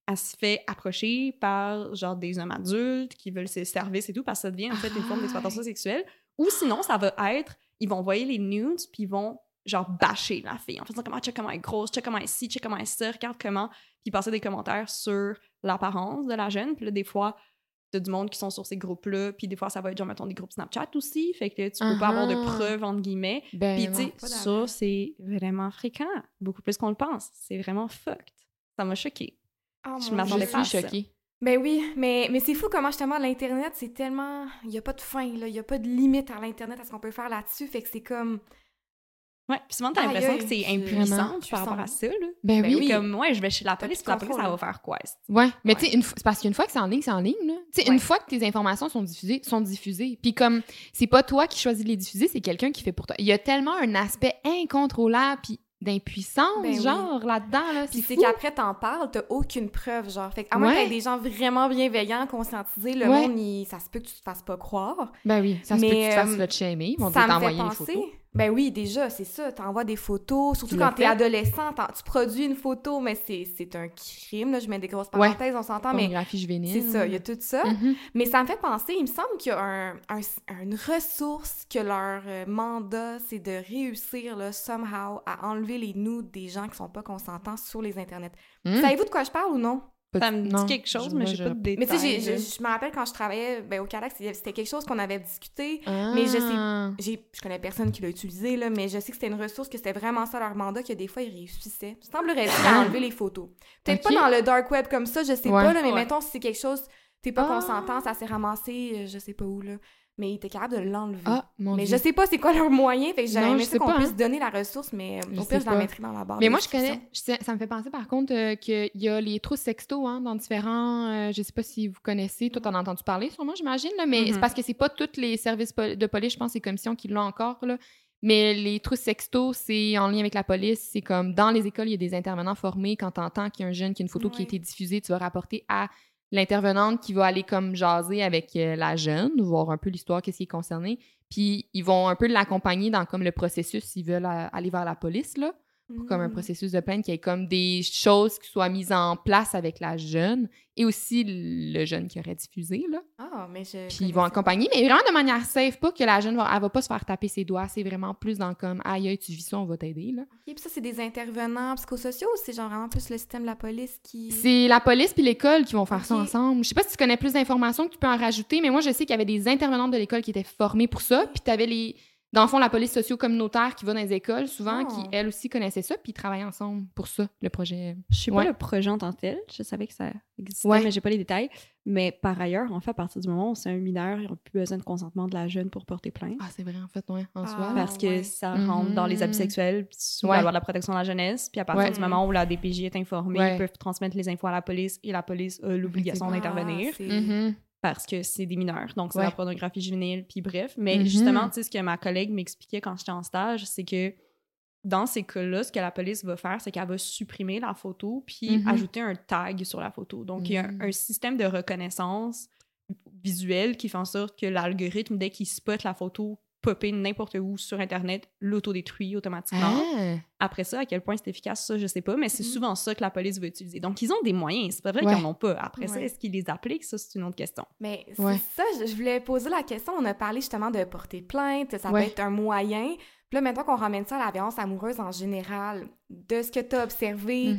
elle se fait approcher par genre des hommes adultes qui veulent ses services et tout, parce que ça devient en fait une forme d'exploitation sexuelle. Ou sinon, ça va être, ils vont envoyer les nudes, puis ils vont genre bâcher la fille en faisant comme check comment elle est grosse, check comment elle est ci, check comment elle est ça, regarde comment, puis passer des commentaires sur l'apparence de la jeune. Puis là, des fois, t'as du monde qui sont sur ces groupes-là, puis des fois, ça va être genre, mettons, des groupes Snapchat aussi, fait que tu peux pas avoir de preuves, entre guillemets. Puis tu sais, ça, c'est vraiment fréquent, beaucoup plus qu'on le pense. C'est vraiment fucked. Ça m'a choquée. Je m'attendais pas à ça. Choquée. Ben oui, mais c'est fou comment justement l'Internet, c'est tellement... Il y a pas de fin, là, il y a pas de limite à l'Internet à ce qu'on peut faire là-dessus, fait que c'est comme... Ouais, puis souvent, t'as l'impression que c'est impuissant par rapport à ça, là. Ben oui. Comme, ouais, je vais chez la police, puis la police, ça va faire quoi? Ouais, mais tu sais, c'est parce qu'une fois que c'est en ligne, là. Tu sais, une fois que tes informations sont diffusées. Puis comme, c'est pas toi qui choisis de les diffuser, c'est quelqu'un qui fait pour toi. Il y a tellement un aspect incontrôlable, puis d'impuissance, genre, là-dedans, là. Puis c'est qu'après, t'en parles, t'as aucune preuve, genre. Fait qu'à moins qu'il y ait des gens vraiment bienveillants, conscientisés, le monde, ça se peut que tu te fasses pas croire. Ben oui, ça se peut que tu te fasses slut-shamer, ils vont t'envoyer les photos. Ben oui, déjà, c'est ça. T'envoies des photos, surtout quand t'es adolescent, tu produis une photo, mais c'est un crime, là. Je mets des grosses parenthèses, on s'entend, mais... Pornographie juvénile. C'est ça, il y a tout ça. Mais ça me fait penser, il me semble qu'il y a une ressource que leur mandat, c'est de réussir, là, somehow, à enlever les nudes des gens qui sont pas consentants sur les internets. Savez-vous de quoi je parle ou non? Ça me dit quelque chose, mais j'ai pas de détails. Mais tu sais, je me rappelle quand je travaillais au Calax, c'était quelque chose qu'on avait discuté, mais je connais personne qui l'a utilisé, là, mais je sais que c'était une ressource, que c'était vraiment ça leur mandat, que des fois, ils réussissaient. Ça semblerait à enlever les photos. Peut-être pas dans le dark web comme ça, je sais pas, là, mais mettons, si c'est quelque chose, t'es pas consentant, ça s'est ramassé, je sais pas où, là. Mais il était capable de l'enlever. Mais je sais pas c'est quoi leur moyen, fait que j'aurais aimé ça qu'on puisse donner la ressource, mais au pire, je la mettrai dans la barre. Mais moi, je connais, ça me fait penser par contre qu'il y a les trousses sexto dans différents, je sais pas si vous connaissez, toi t'en as entendu parler sûrement, j'imagine, là, mais c'est parce que c'est pas tous les services de police, je pense, les commissions qui l'ont encore, là. Mais les trousses sexto, c'est en lien avec la police, c'est comme dans les écoles, il y a des intervenants formés, quand t'entends qu'il y a un jeune qui a une photo qui a été diffusée, tu vas rapporter à l'intervenante qui va aller comme jaser avec la jeune, voir un peu l'histoire, qu'est-ce qui est concerné. Puis ils vont un peu l'accompagner dans comme le processus s'ils veulent aller vers la police, là, pour comme un processus de plainte, qu'il y ait comme des choses qui soient mises en place avec la jeune et aussi le jeune qui aurait diffusé, là. Puis ils vont accompagner, mais vraiment de manière safe, pas que la jeune elle va pas se faire taper ses doigts, c'est vraiment plus dans comme « Aïe, tu vis ça, on va t'aider », là. OK, puis ça, c'est des intervenants psychosociaux ou c'est genre vraiment plus le système de la police qui... C'est la police puis l'école qui vont faire ça ensemble. Je sais pas si tu connais plus d'informations que tu peux en rajouter, mais moi, je sais qu'il y avait des intervenantes de l'école qui étaient formées pour ça, puis t'avais dans le fond, la police socio-communautaire qui va dans les écoles, souvent, qui, elle aussi, connaissait ça, puis ils travaillaient ensemble pour ça, le projet. Je sais pas le projet en tant que tel. Je savais que ça existait, mais j'ai pas les détails. Mais par ailleurs, en fait, à partir du moment où c'est un mineur, ils n'ont plus besoin de consentement de la jeune pour porter plainte. Ah, c'est vrai, en fait, en soi. Parce que ça rentre dans les abus sexuels sous la loi de la protection de la jeunesse. Puis à partir du moment où la DPJ est informée, ils peuvent transmettre les infos à la police et la police a l'obligation d'intervenir. Parce que c'est des mineurs, donc c'est la pornographie juvénile, puis bref. Mais justement, tu sais, ce que ma collègue m'expliquait quand j'étais en stage, c'est que dans ces cas-là, ce que la police va faire, c'est qu'elle va supprimer la photo puis ajouter un tag sur la photo. Donc, il y a un système de reconnaissance visuelle qui fait en sorte que l'algorithme, dès qu'il spot la photo popper n'importe où sur Internet, l'autodétruit automatiquement. Après ça, à quel point c'est efficace, ça, je sais pas, mais c'est souvent ça que la police va utiliser. Donc, ils ont des moyens. C'est pas vrai qu'ils en ont pas. Après ça, est-ce qu'ils les appliquent? Ça, c'est une autre question. Mais c'est ça, je voulais poser la question. On a parlé justement de porter plainte. Ça peut être un moyen. Puis là, maintenant qu'on ramène ça à la violence amoureuse en général, de ce que tu as observé,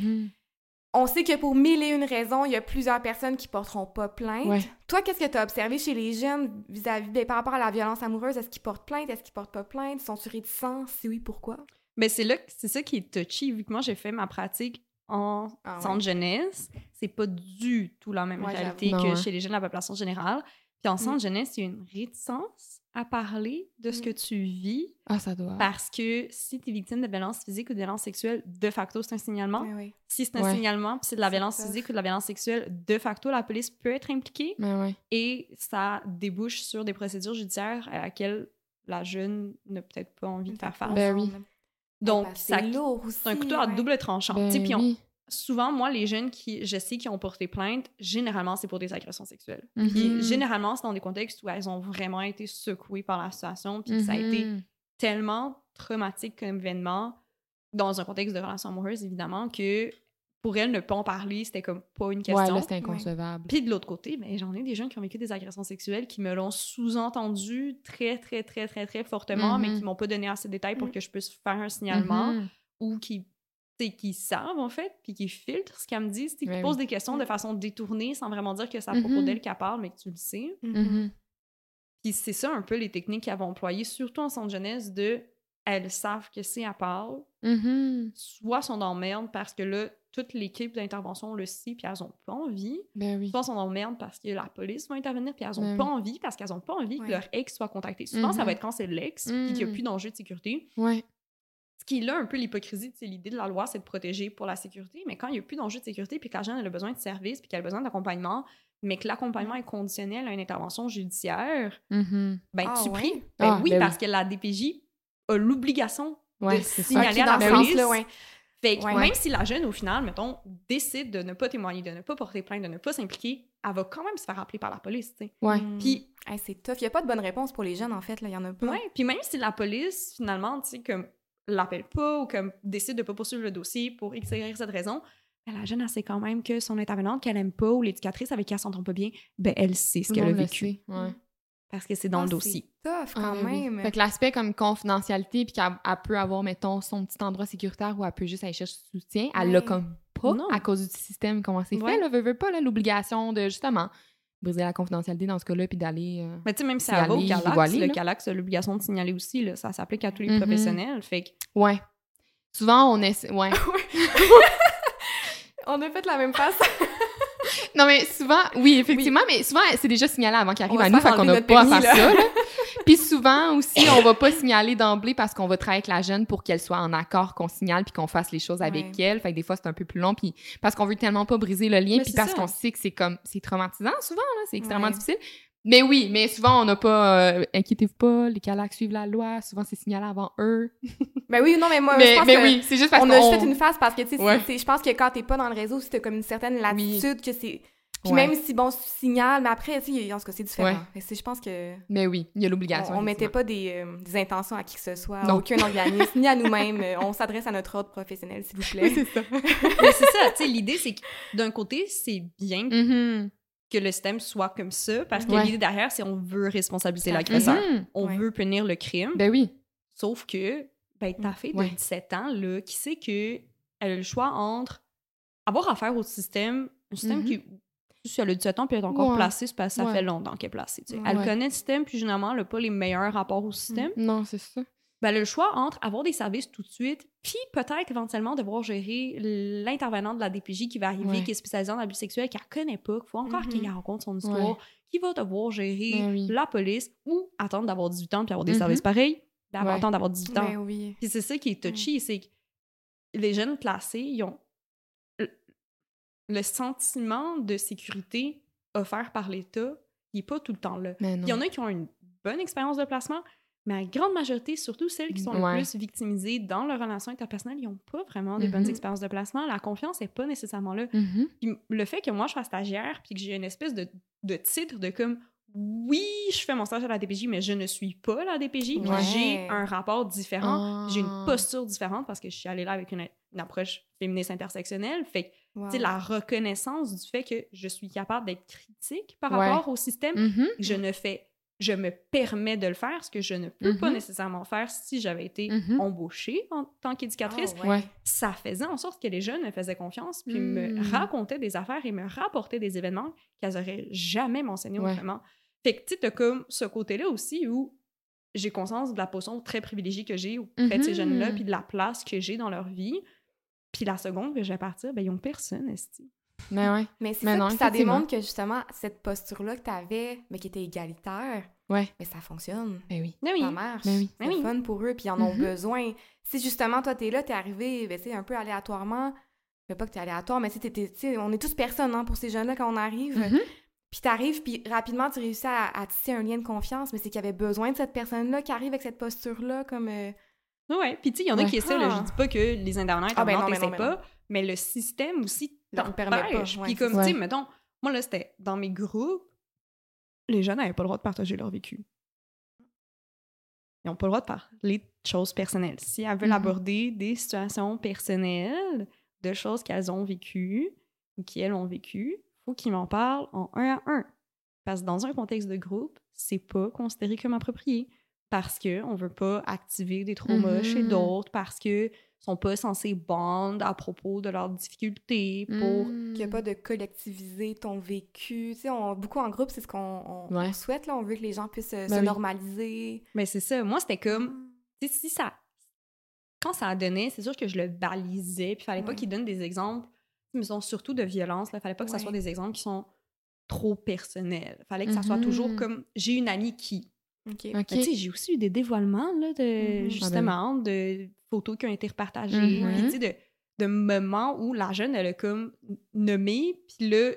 on sait que pour 1001 raisons, il y a plusieurs personnes qui porteront pas plainte. Toi, qu'est-ce que tu as observé chez les jeunes vis-à-vis, par rapport à la violence amoureuse? Est-ce qu'ils portent plainte? Est-ce qu'ils portent pas plainte? Sont-ils réticents? Si oui, pourquoi? Mais c'est ça qui est touchy. Vu que moi, j'ai fait ma pratique en centre jeunesse, c'est pas du tout la même réalité que chez les jeunes de la population générale. Puis en centre jeunesse, il y a une réticence à parler de ce que tu vis. Ah, ça doit. Parce que si tu es victime de violence physique ou de violence sexuelle, de facto, c'est un signalement. Si c'est un signalement, puis c'est de la violence physique ou de la violence sexuelle, de facto, la police peut être impliquée. Et ça débouche sur des procédures judiciaires à laquelle la jeune n'a peut-être pas envie de faire face. Donc, c'est un couteau à double tranchant. Puis souvent, moi, les jeunes je sais qui ont porté plainte, généralement, c'est pour des agressions sexuelles. Puis généralement, c'est dans des contextes où elles ont vraiment été secouées par la situation, puis ça a été tellement traumatique comme événement, dans un contexte de relation amoureuse, évidemment, que pour elles, ne pas en parler, c'était comme pas une question. Ouais, là, c'était inconcevable. Puis de l'autre côté, ben, j'en ai des gens qui ont vécu des agressions sexuelles qui me l'ont sous-entendu très, très, très, très, très fortement, mais qui m'ont pas donné assez de détails pour que je puisse faire un signalement ou qui savent, en fait, puis qui filtrent ce qu'elles me disent, qui posent des questions de façon détournée sans vraiment dire que c'est à propos d'elles qu'elle parle, mais que tu le sais. Puis c'est ça un peu les techniques qu'elles vont employer, surtout en centre jeunesse, elles savent que si elles parlent, soit sont dans merde parce que là, toute l'équipe d'intervention le sait puis elles ont pas envie, soit sont dans merde parce que la police va intervenir puis elles ont pas envie parce qu'elles ont pas envie que leur ex soit contacté. Souvent, ça va être quand c'est l'ex puis qu'il n'y a plus d'enjeu de sécurité. Ce qui est là un peu l'hypocrisie, l'idée de la loi, c'est de protéger pour la sécurité, mais quand il n'y a plus d'enjeu de sécurité puis que la jeune elle a besoin de services puis qu'elle a besoin d'accompagnement, mais que l'accompagnement est conditionnel à une intervention judiciaire, ben tu pries. Parce que la DPJ a l'obligation de signaler à la police. Fait que même si la jeune, au final, mettons, décide de ne pas témoigner, de ne pas porter plainte, de ne pas s'impliquer, elle va quand même se faire appeler par la police, tu sais. Puis c'est tough. Il n'y a pas de bonne réponse pour les jeunes, en fait. Il y en a pas. Puis même si la police, finalement, tu sais, comme l'appelle pas ou comme décide de pas poursuivre le dossier pour X, Y, Z raison, ben, la jeune, elle sait quand même que son intervenante qu'elle aime pas ou l'éducatrice avec qui elle s'entend pas bien, ben elle sait ce qu'elle a vécu. Parce que c'est dans le dossier. C'est tough quand même. Fait que l'aspect comme confidentialité, puis qu'elle peut avoir, mettons, son petit endroit sécuritaire où elle peut juste aller chercher du soutien, elle l'a comme pas à cause du système, comment c'est fait, là, veut pas, là, l'obligation de, justement, briser la confidentialité dans ce cas-là, puis d'aller mais tu sais, même si elle va au Calax, le Calax a l'obligation de signaler aussi, là, ça s'applique à tous les professionnels, fait que... Ouais. Souvent, on essaie... Ouais. On a fait la même face. Non, mais souvent, oui, effectivement, mais souvent, c'est déjà signalé avant qu'il arrive à nous, fait qu'on n'a pas à faire ça, là. Puis souvent aussi, on va pas signaler d'emblée parce qu'on va travailler avec la jeune pour qu'elle soit en accord qu'on signale puis qu'on fasse les choses avec elle. Fait que des fois, c'est un peu plus long, puis parce qu'on veut tellement pas briser le lien, puis parce qu'on sait que c'est traumatisant souvent, là, c'est extrêmement difficile. Mais oui, mais souvent, on n'a pas... inquiétez-vous pas, les Calax suivent la loi. Souvent, c'est signalé avant eux. Ben oui, non, mais moi, je pense que oui, c'est juste parce on a juste fait une phase parce que, tu sais, je pense que quand t'es pas dans le réseau, c'est comme une certaine latitude que c'est... Puis même si, bon, tu signales, mais après, tu sais, en tout cas, c'est différent. Je pense que... Mais oui, il y a l'obligation. On mettait pas des intentions à qui que ce soit, à aucun organisme, ni à nous-mêmes. On s'adresse à notre ordre professionnel, s'il vous plaît. C'est ça. Mais c'est ça, tu sais, l'idée, c'est que d'un côté, c'est bien que le système soit comme ça, parce que l'idée derrière, c'est on veut responsabiliser l'agresseur. On veut punir le crime. Ben oui. Sauf que, ben, ta fille de 17 ans, là, qui sait qu'elle a le choix entre avoir affaire au système, un système qui... Si elle a 17 ans puis elle est encore placée, c'est parce que ça fait longtemps qu'elle est placée. Elle connaît le système, puis généralement, elle n'a pas les meilleurs rapports au système. Non, c'est ça. Ben, elle a le choix entre avoir des services tout de suite, puis peut-être éventuellement devoir gérer l'intervenant de la DPJ qui va arriver, qui est spécialisée en abus sexuels, qu'elle ne connaît pas, qu'il faut encore qu'il rencontre son histoire, qui va devoir gérer la police ou attendre d'avoir 18 ans puis avoir des services pareils, attendre d'avoir 18 ans. Puis c'est ça qui est touchy, c'est que les jeunes placés, ils ont le sentiment de sécurité offert par l'État, il n'est pas tout le temps là. Il y en a qui ont une bonne expérience de placement, mais la grande majorité, surtout celles qui sont le plus victimisées dans leurs relations interpersonnelles, ils n'ont pas vraiment des bonnes expériences de placement. La confiance n'est pas nécessairement là. Puis le fait que moi, je sois stagiaire puis que j'ai une espèce de titre de comme oui, je fais mon stage à la DPJ, mais je ne suis pas la DPJ. Puis j'ai un rapport différent, j'ai une posture différente parce que je suis allée là avec une approche féministe intersectionnelle. Fait que, tu sais, la reconnaissance du fait que je suis capable d'être critique par rapport au système, je me permets de le faire, ce que je ne peux pas nécessairement faire si j'avais été embauchée en tant qu'éducatrice. Ça faisait en sorte que les jeunes me faisaient confiance, puis me racontaient des affaires et me rapportaient des événements qu'elles n'auraient jamais mentionnés autrement. Fait que, tu sais, t'as comme ce côté-là aussi où j'ai conscience de la position très privilégiée que j'ai auprès de ces jeunes-là, puis de la place que j'ai dans leur vie. Puis la seconde que je vais partir, ben ils n'ont personne, esti. Mais c'est ça, ça démontre que justement, cette posture-là que tu avais, mais qui était égalitaire, mais ça fonctionne. Ça marche. C'est fun pour eux, puis ils en ont besoin. Si justement, toi, t'es là, t'es arrivé, ben, un peu aléatoirement, je sais pas que t'es aléatoire, mais on est tous personnes pour ces jeunes-là quand on arrive. Puis t'arrives, puis rapidement, tu réussis à tisser un lien de confiance, mais c'est qu'il y avait besoin de cette personne-là qui arrive avec cette posture-là, comme... puis tu sais, il y en a qui essaient, là, je dis pas que les intervenants n'essaient pas, mais le système aussi t'en permet pas. Puis comme, tu sais, mettons, moi, là, c'était dans mes groupes, les jeunes n'avaient pas le droit de partager leur vécu. Ils n'ont pas le droit de parler de choses personnelles. Si elles veulent aborder des situations personnelles, de choses qu'elles ont vécues ou qu'elles ont vécues, il faut qu'ils m'en parlent en 1 à 1. Parce que dans un contexte de groupe, c'est pas considéré comme approprié. Parce qu'on veut pas activer des traumas chez d'autres, parce qu'ils sont pas censés bond à propos de leurs difficultés pour... Qu'il n'y a pas de collectiviser ton vécu. Tu sais, beaucoup en groupe, c'est ce qu'on souhaite, là. On veut que les gens puissent se normaliser. Mais c'est ça. Moi, c'était comme... Tu sais, si ça... Quand ça a donné, c'est sûr que je le balisais, puis il fallait pas qu'ils donnent des exemples, mais sont surtout de violence, là. Fallait pas que ça soit des exemples qui sont trop personnels. Fallait que ça soit toujours comme « j'ai une amie qui... » Okay. Mais tu sais, j'ai aussi eu des dévoilements, là, justement, de photos qui ont été repartagées, puis tu sais, de moments où la jeune, elle a comme nommé, puis là,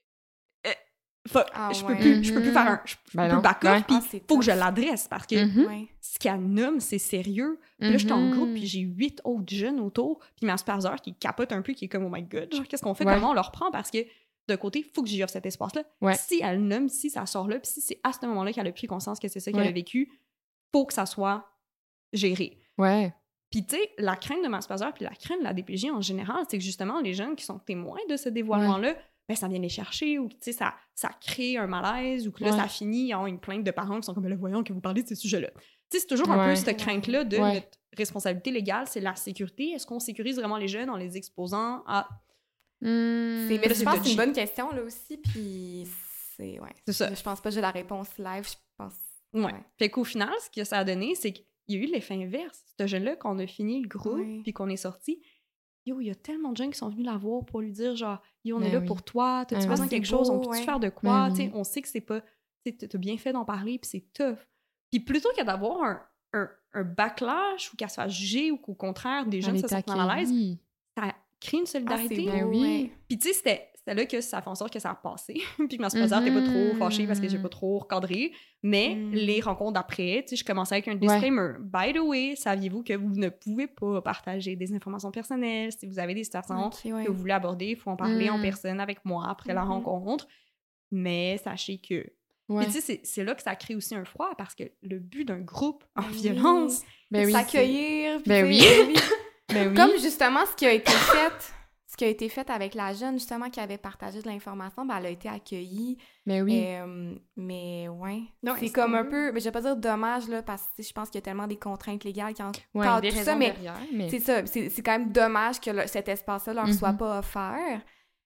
je peux plus faire un... Je peux back off, puis faut que je l'adresse, parce que ce qu'elle nomme, c'est sérieux. Puis là, j'étais en groupe, puis j'ai 8 autres jeunes autour, puis ma superviseure qui capote un peu, qui est comme « Oh my God, genre, qu'est-ce qu'on fait? Comment on leur prend? » Parce que d'un côté, il faut que j'y offre cet espace-là. Si elle nomme, si ça sort là, puis si c'est à ce moment-là qu'elle a pris conscience que c'est ça qu'elle a vécu, faut que ça soit géré. Puis tu sais, la crainte de ma superviseure puis la crainte de la DPJ en général, c'est que justement, les jeunes qui sont témoins de ce dévoilement-là, ben ça vient les chercher ou tu sais, ça crée un malaise ou que là, ça finit en une plainte de parents qui sont comme « Là, voyons que vous parlez de ce sujet-là. » Tu sais, c'est toujours un peu cette crainte-là de notre responsabilité légale, c'est la sécurité. Est-ce qu'on sécurise vraiment les jeunes en les exposant à... Mais je pense que c'est une bonne question, là, aussi, puis c'est ça. Je pense pas que j'ai la réponse live, je pense... Fait qu'au final, ce que ça a donné, c'est qu'il y a eu l'effet inverse. Ce jeune-là, quand on a fini le groupe, puis qu'on est sorti, il y a tellement de gens qui sont venus la voir pour lui dire, genre, on est là pour toi, t'as-tu besoin de quelque chose, on peut-tu faire de quoi? Tu sais, on sait que c'est pas... Tu sais, t'as bien fait d'en parler, puis c'est tough. Puis plutôt que d'avoir un backlash ou qu'elle se fasse juger ou qu'au contraire, des jeunes se sentent mal à l'aise, ça crée une solidarité. Puis tu sais, c'était là que ça fait en sorte que ça a passé. Puis que ma superviseure n'était pas trop fâchée parce que j'ai pas trop recadré. Mais les rencontres d'après, tu sais, je commençais avec un disclaimer. By the way, saviez-vous que vous ne pouvez pas partager des informations personnelles? Si vous avez des situations que vous voulez aborder, il faut en parler en personne avec moi après la rencontre. Mais sachez que... Puis tu sais, c'est là que ça crée aussi un froid parce que le but d'un groupe en violence, c'est s'accueillir. Ben comme justement ce qui a été fait avec la jeune, justement, qui avait partagé de l'information, ben elle a été accueillie. Mais c'est comme un peu, mais je vais pas dire dommage, là, parce que je pense qu'il y a tellement des contraintes légales qui encadrent tout ça, mais c'est ça, c'est quand même dommage que cet espace-là leur soit pas offert.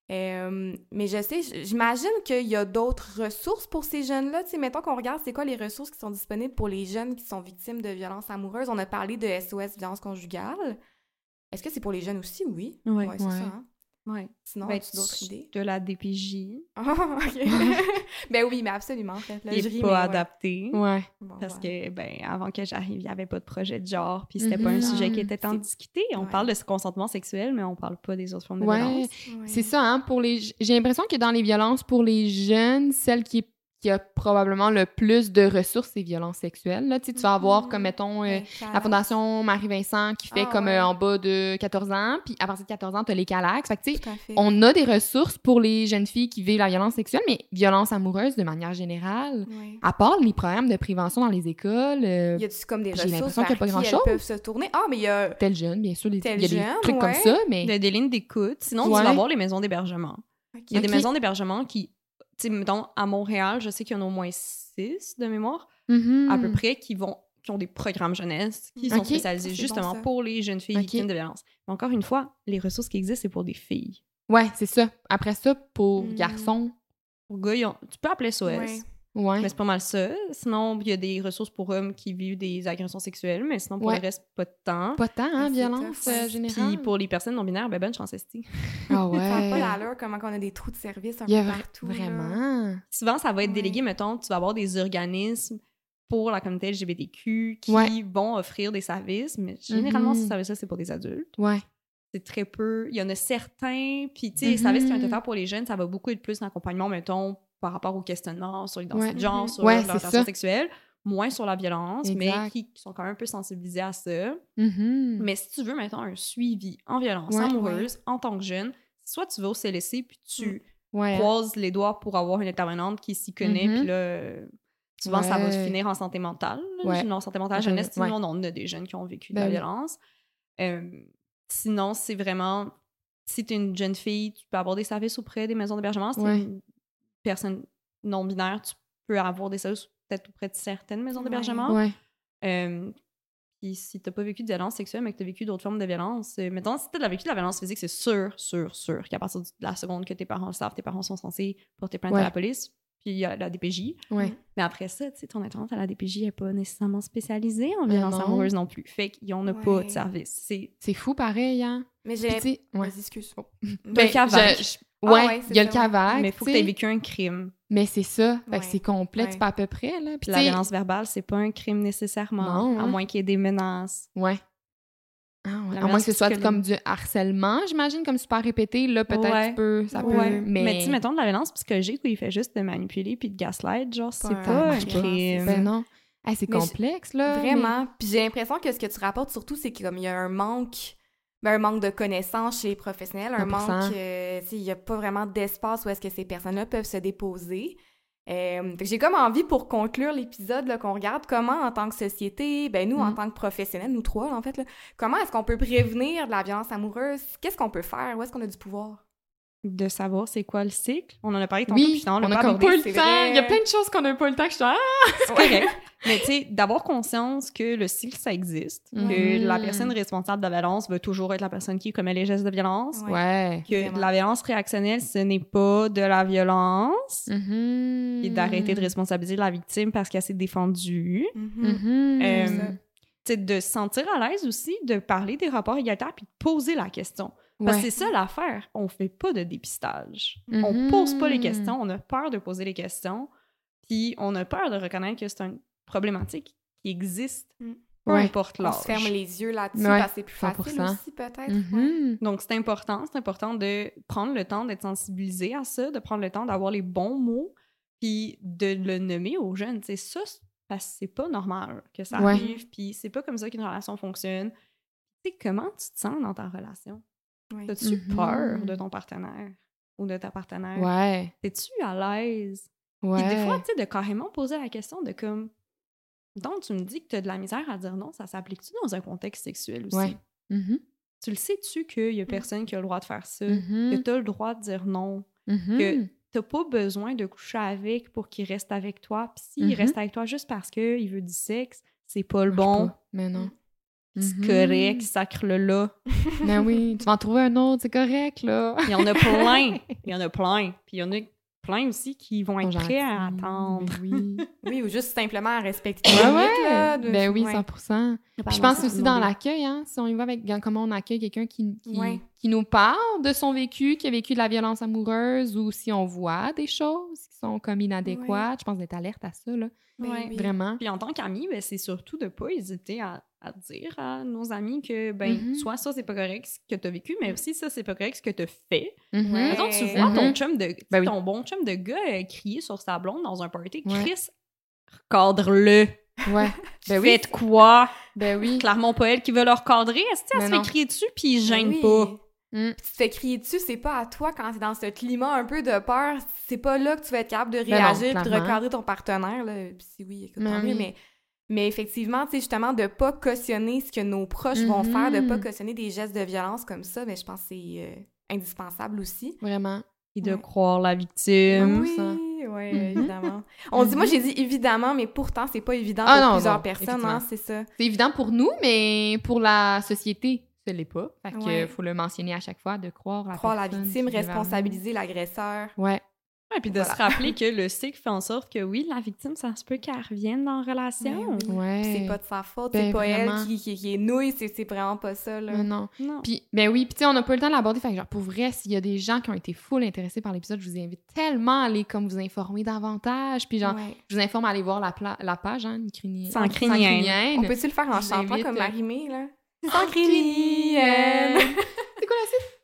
Mais je sais, j'imagine qu'il y a d'autres ressources pour ces jeunes-là. Tu sais, mettons qu'on regarde, c'est quoi les ressources qui sont disponibles pour les jeunes qui sont victimes de violences amoureuses. On a parlé de SOS violence conjugale. Est-ce que c'est pour les jeunes aussi? Oui. Ouais, c'est ça, hein? Ouais. Sinon, as-tu d'autres idées? De la DPJ. Ah, OK. Ben oui, mais absolument, en fait. Là, il n'est pas adapté. Ouais. Parce que, ben, avant que j'arrive, il n'y avait pas de projet de genre, puis c'était pas un sujet qui était tant discuté. On parle de ce consentement sexuel, mais on parle pas des autres formes de violence. C'est ça, hein, j'ai l'impression que dans les violences pour les jeunes, celle qui a probablement le plus de ressources, c'est violences sexuelles. Là. Tu vas avoir, comme, mettons, la Fondation Marie-Vincent qui fait en bas de 14 ans, puis à partir de 14 ans, tu as les Calax. Fait que, tu sais, on a des ressources pour les jeunes filles qui vivent la violence sexuelle, mais violence amoureuse de manière générale. À part les programmes de prévention dans les écoles, y a-tu comme des ressources vers qu'il y a pas grand-chose? Elles peuvent se tourner? Ah, mais il y a... Tel jeune, bien sûr, il y a des trucs comme ça, mais... Il y a des lignes d'écoute. Sinon, tu vas avoir les maisons d'hébergement. Il y a des maisons d'hébergement qui... Tu sais, mettons, à Montréal, je sais qu'il y en a au moins 6 de mémoire, à peu près, qui ont des programmes jeunesse, qui sont spécialisés justement pour les jeunes filles victimes de violence. Mais encore une fois, les ressources qui existent, c'est pour des filles. Ouais, c'est ça. Après ça, pour garçons... Pour gars, tu peux appeler SOS. Ouais. Mais c'est pas mal ça. Sinon, il y a des ressources pour hommes qui vivent des agressions sexuelles, mais sinon, pour le reste, pas de temps. Pas de temps, hein, violence générale. Puis pour les personnes non-binaires, bonne chance, esti. Ah ouais. Ça n'a pas l'allure comment on a des trous de service un peu partout. Vraiment. Là. Souvent, ça va être délégué, mettons, tu vas avoir des organismes pour la communauté LGBTQ qui vont offrir des services, mais généralement, ces services-là, c'est pour des adultes. Ouais. C'est très peu. Il y en a certains, puis tu sais, les services qui ont été faits pour les jeunes, ça va beaucoup être plus d'accompagnement, mettons, par rapport au questionnement sur l'identité de genre, sur l'orientation sexuelle, moins sur la violence, mais qui sont quand même un peu sensibilisés à ça. Mais si tu veux, mettons, un suivi en violence amoureuse, en tant que jeune, soit tu vas au CLSC, puis tu croises les doigts pour avoir une intervenante qui s'y connaît, puis là, souvent, ça va se finir en santé mentale. En santé mentale jeunesse, sinon, on a des jeunes qui ont vécu de la violence. Sinon, c'est vraiment... si t'es une jeune fille, tu peux avoir des services auprès des maisons d'hébergement. Si t'es une personne non-binaire, tu peux avoir des services peut-être auprès de certaines maisons d'hébergement. Ouais. Puis si t'as pas vécu de violence sexuelle, mais que t'as vécu d'autres formes de violence, mettons, si t'as vécu de la violence physique, c'est sûr qu'à partir de la seconde que tes parents le savent, tes parents sont censés porter plainte à la police, puis il y a la DPJ. Ouais. Mais après ça, tu sais, ton intervenante à la DPJ n'est pas nécessairement spécialisée en violence amoureuse non plus. Fait qu'ils n'ont pas de service. C'est fou pareil, hein? Mais j'ai... Vas-y, excuse. Ben, il y a le CAVAC. Mais il faut que tu aies vécu un crime. Mais c'est ça. Fait que c'est complexe, pas à peu près, là. Puis la violence verbale, c'est pas un crime nécessairement. Non, à moins qu'il y ait des menaces. Ouais. À moins que ce soit comme du harcèlement, j'imagine, comme super répété, là, peut-être ça peut... Mais tu sais, mettons de la violence psychologique où il fait juste de manipuler puis de gaslight, genre, c'est pas un crime. Ben non. C'est complexe, là. Vraiment. Puis j'ai l'impression que ce que tu rapportes, surtout, c'est qu'il y a un manque de connaissances chez les professionnels, un 100%. Manque... il n'y a pas vraiment d'espace où est-ce que ces personnes-là peuvent se déposer. J'ai comme envie, pour conclure l'épisode, là, qu'on regarde comment, en tant que société, nous, en tant que professionnels, nous trois, en fait, là, comment est-ce qu'on peut prévenir de la violence amoureuse? Qu'est-ce qu'on peut faire? Où est-ce qu'on a du pouvoir? De savoir c'est quoi le cycle. On en a parlé tantôt, puis on a comme pas le temps. Il y a plein de choses qu'on n'a pas le temps que je suis c'est correct. Mais tu sais, d'avoir conscience que le cycle, ça existe, que la personne responsable de la violence va toujours être la personne qui commet les gestes de violence, que la violence réactionnelle, ce n'est pas de la violence, et d'arrêter de responsabiliser la victime parce qu'elle s'est défendue. De se sentir à l'aise aussi, de parler des rapports égalitaires puis de poser la question. Parce que c'est ça l'affaire. On fait pas de dépistage. On pose pas les questions. On a peur de poser les questions. Puis on a peur de reconnaître que c'est une problématique qui existe. Peu importe l'âge. On se ferme les yeux là-dessus parce que c'est plus facile aussi, peut-être. Donc, c'est important de prendre le temps d'être sensibilisé à ça, de prendre le temps d'avoir les bons mots, puis de le nommer aux jeunes. C'est ça, parce que c'est pas normal que ça arrive, puis c'est pas comme ça qu'une relation fonctionne. Tu sais, comment tu te sens dans ta relation? As-tu peur de ton partenaire ou de ta partenaire? Es-tu à l'aise? Puis des fois, tu sais, de carrément poser la question de comme... Donc, tu me dis que tu as de la misère à dire non, ça s'applique-tu dans un contexte sexuel aussi? Tu le sais-tu qu'il y a personne qui a le droit de faire ça? Que tu as le droit de dire non? Que t'as pas besoin de coucher avec pour qu'il reste avec toi. Puis s'il reste avec toi juste parce qu'il veut du sexe, c'est pas le bon. Mais non. C'est correct, sacre-le là. Mais oui, tu vas en trouver un autre, c'est correct, là. Il y en a plein. Puis il y en a plein aussi qui vont être prêts à attendre. Oui, ou juste simplement à respecter les limites, là. Ben oui, 100%. Puis je pense aussi dans l'accueil, hein, si on y va avec comment on accueille quelqu'un qui nous parle de son vécu, qui a vécu de la violence amoureuse, ou si on voit des choses qui sont comme inadéquates, je pense d'être alerte à ça, là. Vraiment. Puis en tant qu'ami, c'est surtout de ne pas hésiter à dire à nos amis que, soit ça, c'est pas correct ce que tu as vécu, mais aussi ça, c'est pas correct ce que tu as fait. Mettons, tu vois ton chum ton bon chum de gars crier sur sa blonde dans un party. Chris, recadre-le. Faites quoi? Ben oui. Clairement pas elle qui veut le recadrer. Est-ce que elle se fait crier dessus puis il gêne pas? Puis tu te fais crier dessus, c'est pas à toi quand t'es dans ce climat un peu de peur. C'est pas là que tu vas être capable de réagir et de recadrer ton partenaire. Là. Puis si oui, écoute, tant mieux, mais effectivement, tu sais, justement, de pas cautionner ce que nos proches vont faire, de pas cautionner des gestes de violence comme ça, mais je pense que c'est indispensable aussi. Vraiment. Et de croire la victime. Oui, évidemment. On dit, moi, j'ai dit évidemment, mais pourtant, c'est pas évident pour plusieurs personnes, hein, c'est ça. C'est évident pour nous, mais pour la société, ce l'est pas. Fait que faut le mentionner à chaque fois, de croire la victime, responsabiliser l'agresseur. Ouais, puis de se rappeler que le cycle fait en sorte que oui, la victime, ça se peut qu'elle revienne dans la relation. C'est pas de sa faute, c'est pas vraiment elle qui est nouille, c'est vraiment pas ça, là. Non. Puis, oui, puis tu sais, on n'a pas eu le temps de l'aborder, fait que genre, pour vrai, s'il y a des gens qui ont été full intéressés par l'épisode, je vous invite tellement à aller comme vous informer davantage, puis genre, je vous informe à aller voir la page, hein, Sans crinienne. On peut-tu le faire en chantant comme Marie-Mé, là? Sans crinienne! C'est quoi la suite?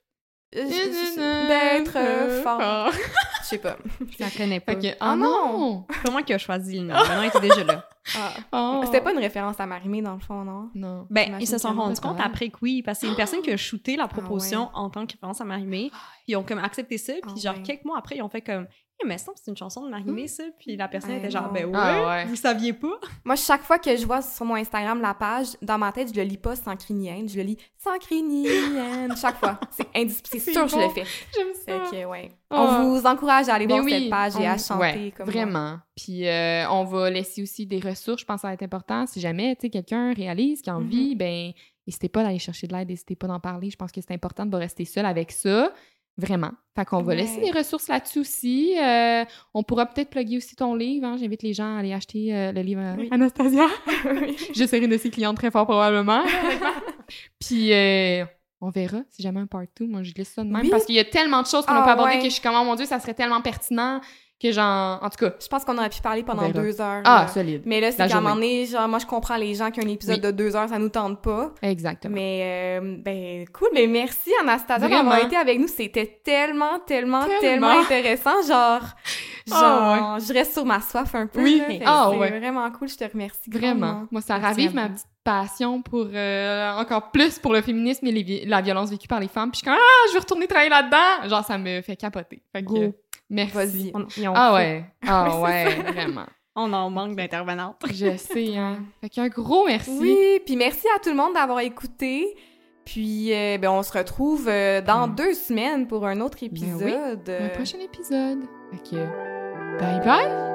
D'être fort. Je sais pas. Je la connais pas. Ah non! C'est pas moi qui ai choisi le nom. Le nom était déjà là. C'était pas une référence à Marie-Mé, dans le fond, non? Non. Ils se sont rendus compte après que oui, parce que c'est une personne qui a shooté la proposition en tant que référence à Marie-Mé. Puis ils ont comme accepté ça. Puis genre, quelques mois après, ils ont fait comme mais ça, c'est une chanson de Marie-Mé, ça. Puis la personne était genre, ben ouais, vous saviez pas? Moi, chaque fois que je vois sur mon Instagram la page, dans ma tête, je le lis pas sans crinienne, je le lis sans crinienne. Chaque fois. C'est sûr que je le fais. J'aime ça. Fait que, on vous encourage à aller voir cette page et à chanter comme vraiment. Puis on va laisser aussi des ressources, je pense que ça va être important. Si jamais, tu sais, quelqu'un réalise qu'il a envie, ben n'hésitez pas d'aller chercher de l'aide, n'hésitez pas d'en parler. Je pense que c'est important de pas rester seul avec ça. Vraiment. Fait qu'on va laisser des ressources là-dessus aussi. On pourra peut-être plugger aussi ton livre. Hein? J'invite les gens à aller acheter le livre Anastasia. Je serai une de ses clientes très fort probablement. Puis on verra si jamais un part 2. Moi, je laisse ça de même parce qu'il y a tellement de choses qu'on n'a pas abordées que je suis comme, oh mon Dieu, ça serait tellement pertinent que genre... En tout cas... Je pense qu'on aurait pu parler pendant 2 heures. Ah, solide. Mais là, c'est qu'à un moment donné, genre, moi, je comprends les gens qu'un épisode de 2 heures, ça nous tente pas. Exactement. Mais, cool. Mais merci, Anastasia, d'avoir été avec nous. C'était tellement intéressant. Genre, je reste sur ma soif un peu. Oui. Là, c'est vraiment cool. Je te remercie vraiment. Moi, ça ravive ma petite passion pour encore plus pour le féminisme et la violence vécue par les femmes. Puis je suis comme, je veux retourner travailler là-dedans. Genre, ça me fait capoter. Fait que, merci. Vraiment. On en manque d'intervenantes. Je sais, hein. Fait qu'un gros merci. Oui, puis merci à tout le monde d'avoir écouté. Puis, on se retrouve dans 2 semaines pour un autre épisode. Un prochain épisode. Fait que, bye bye!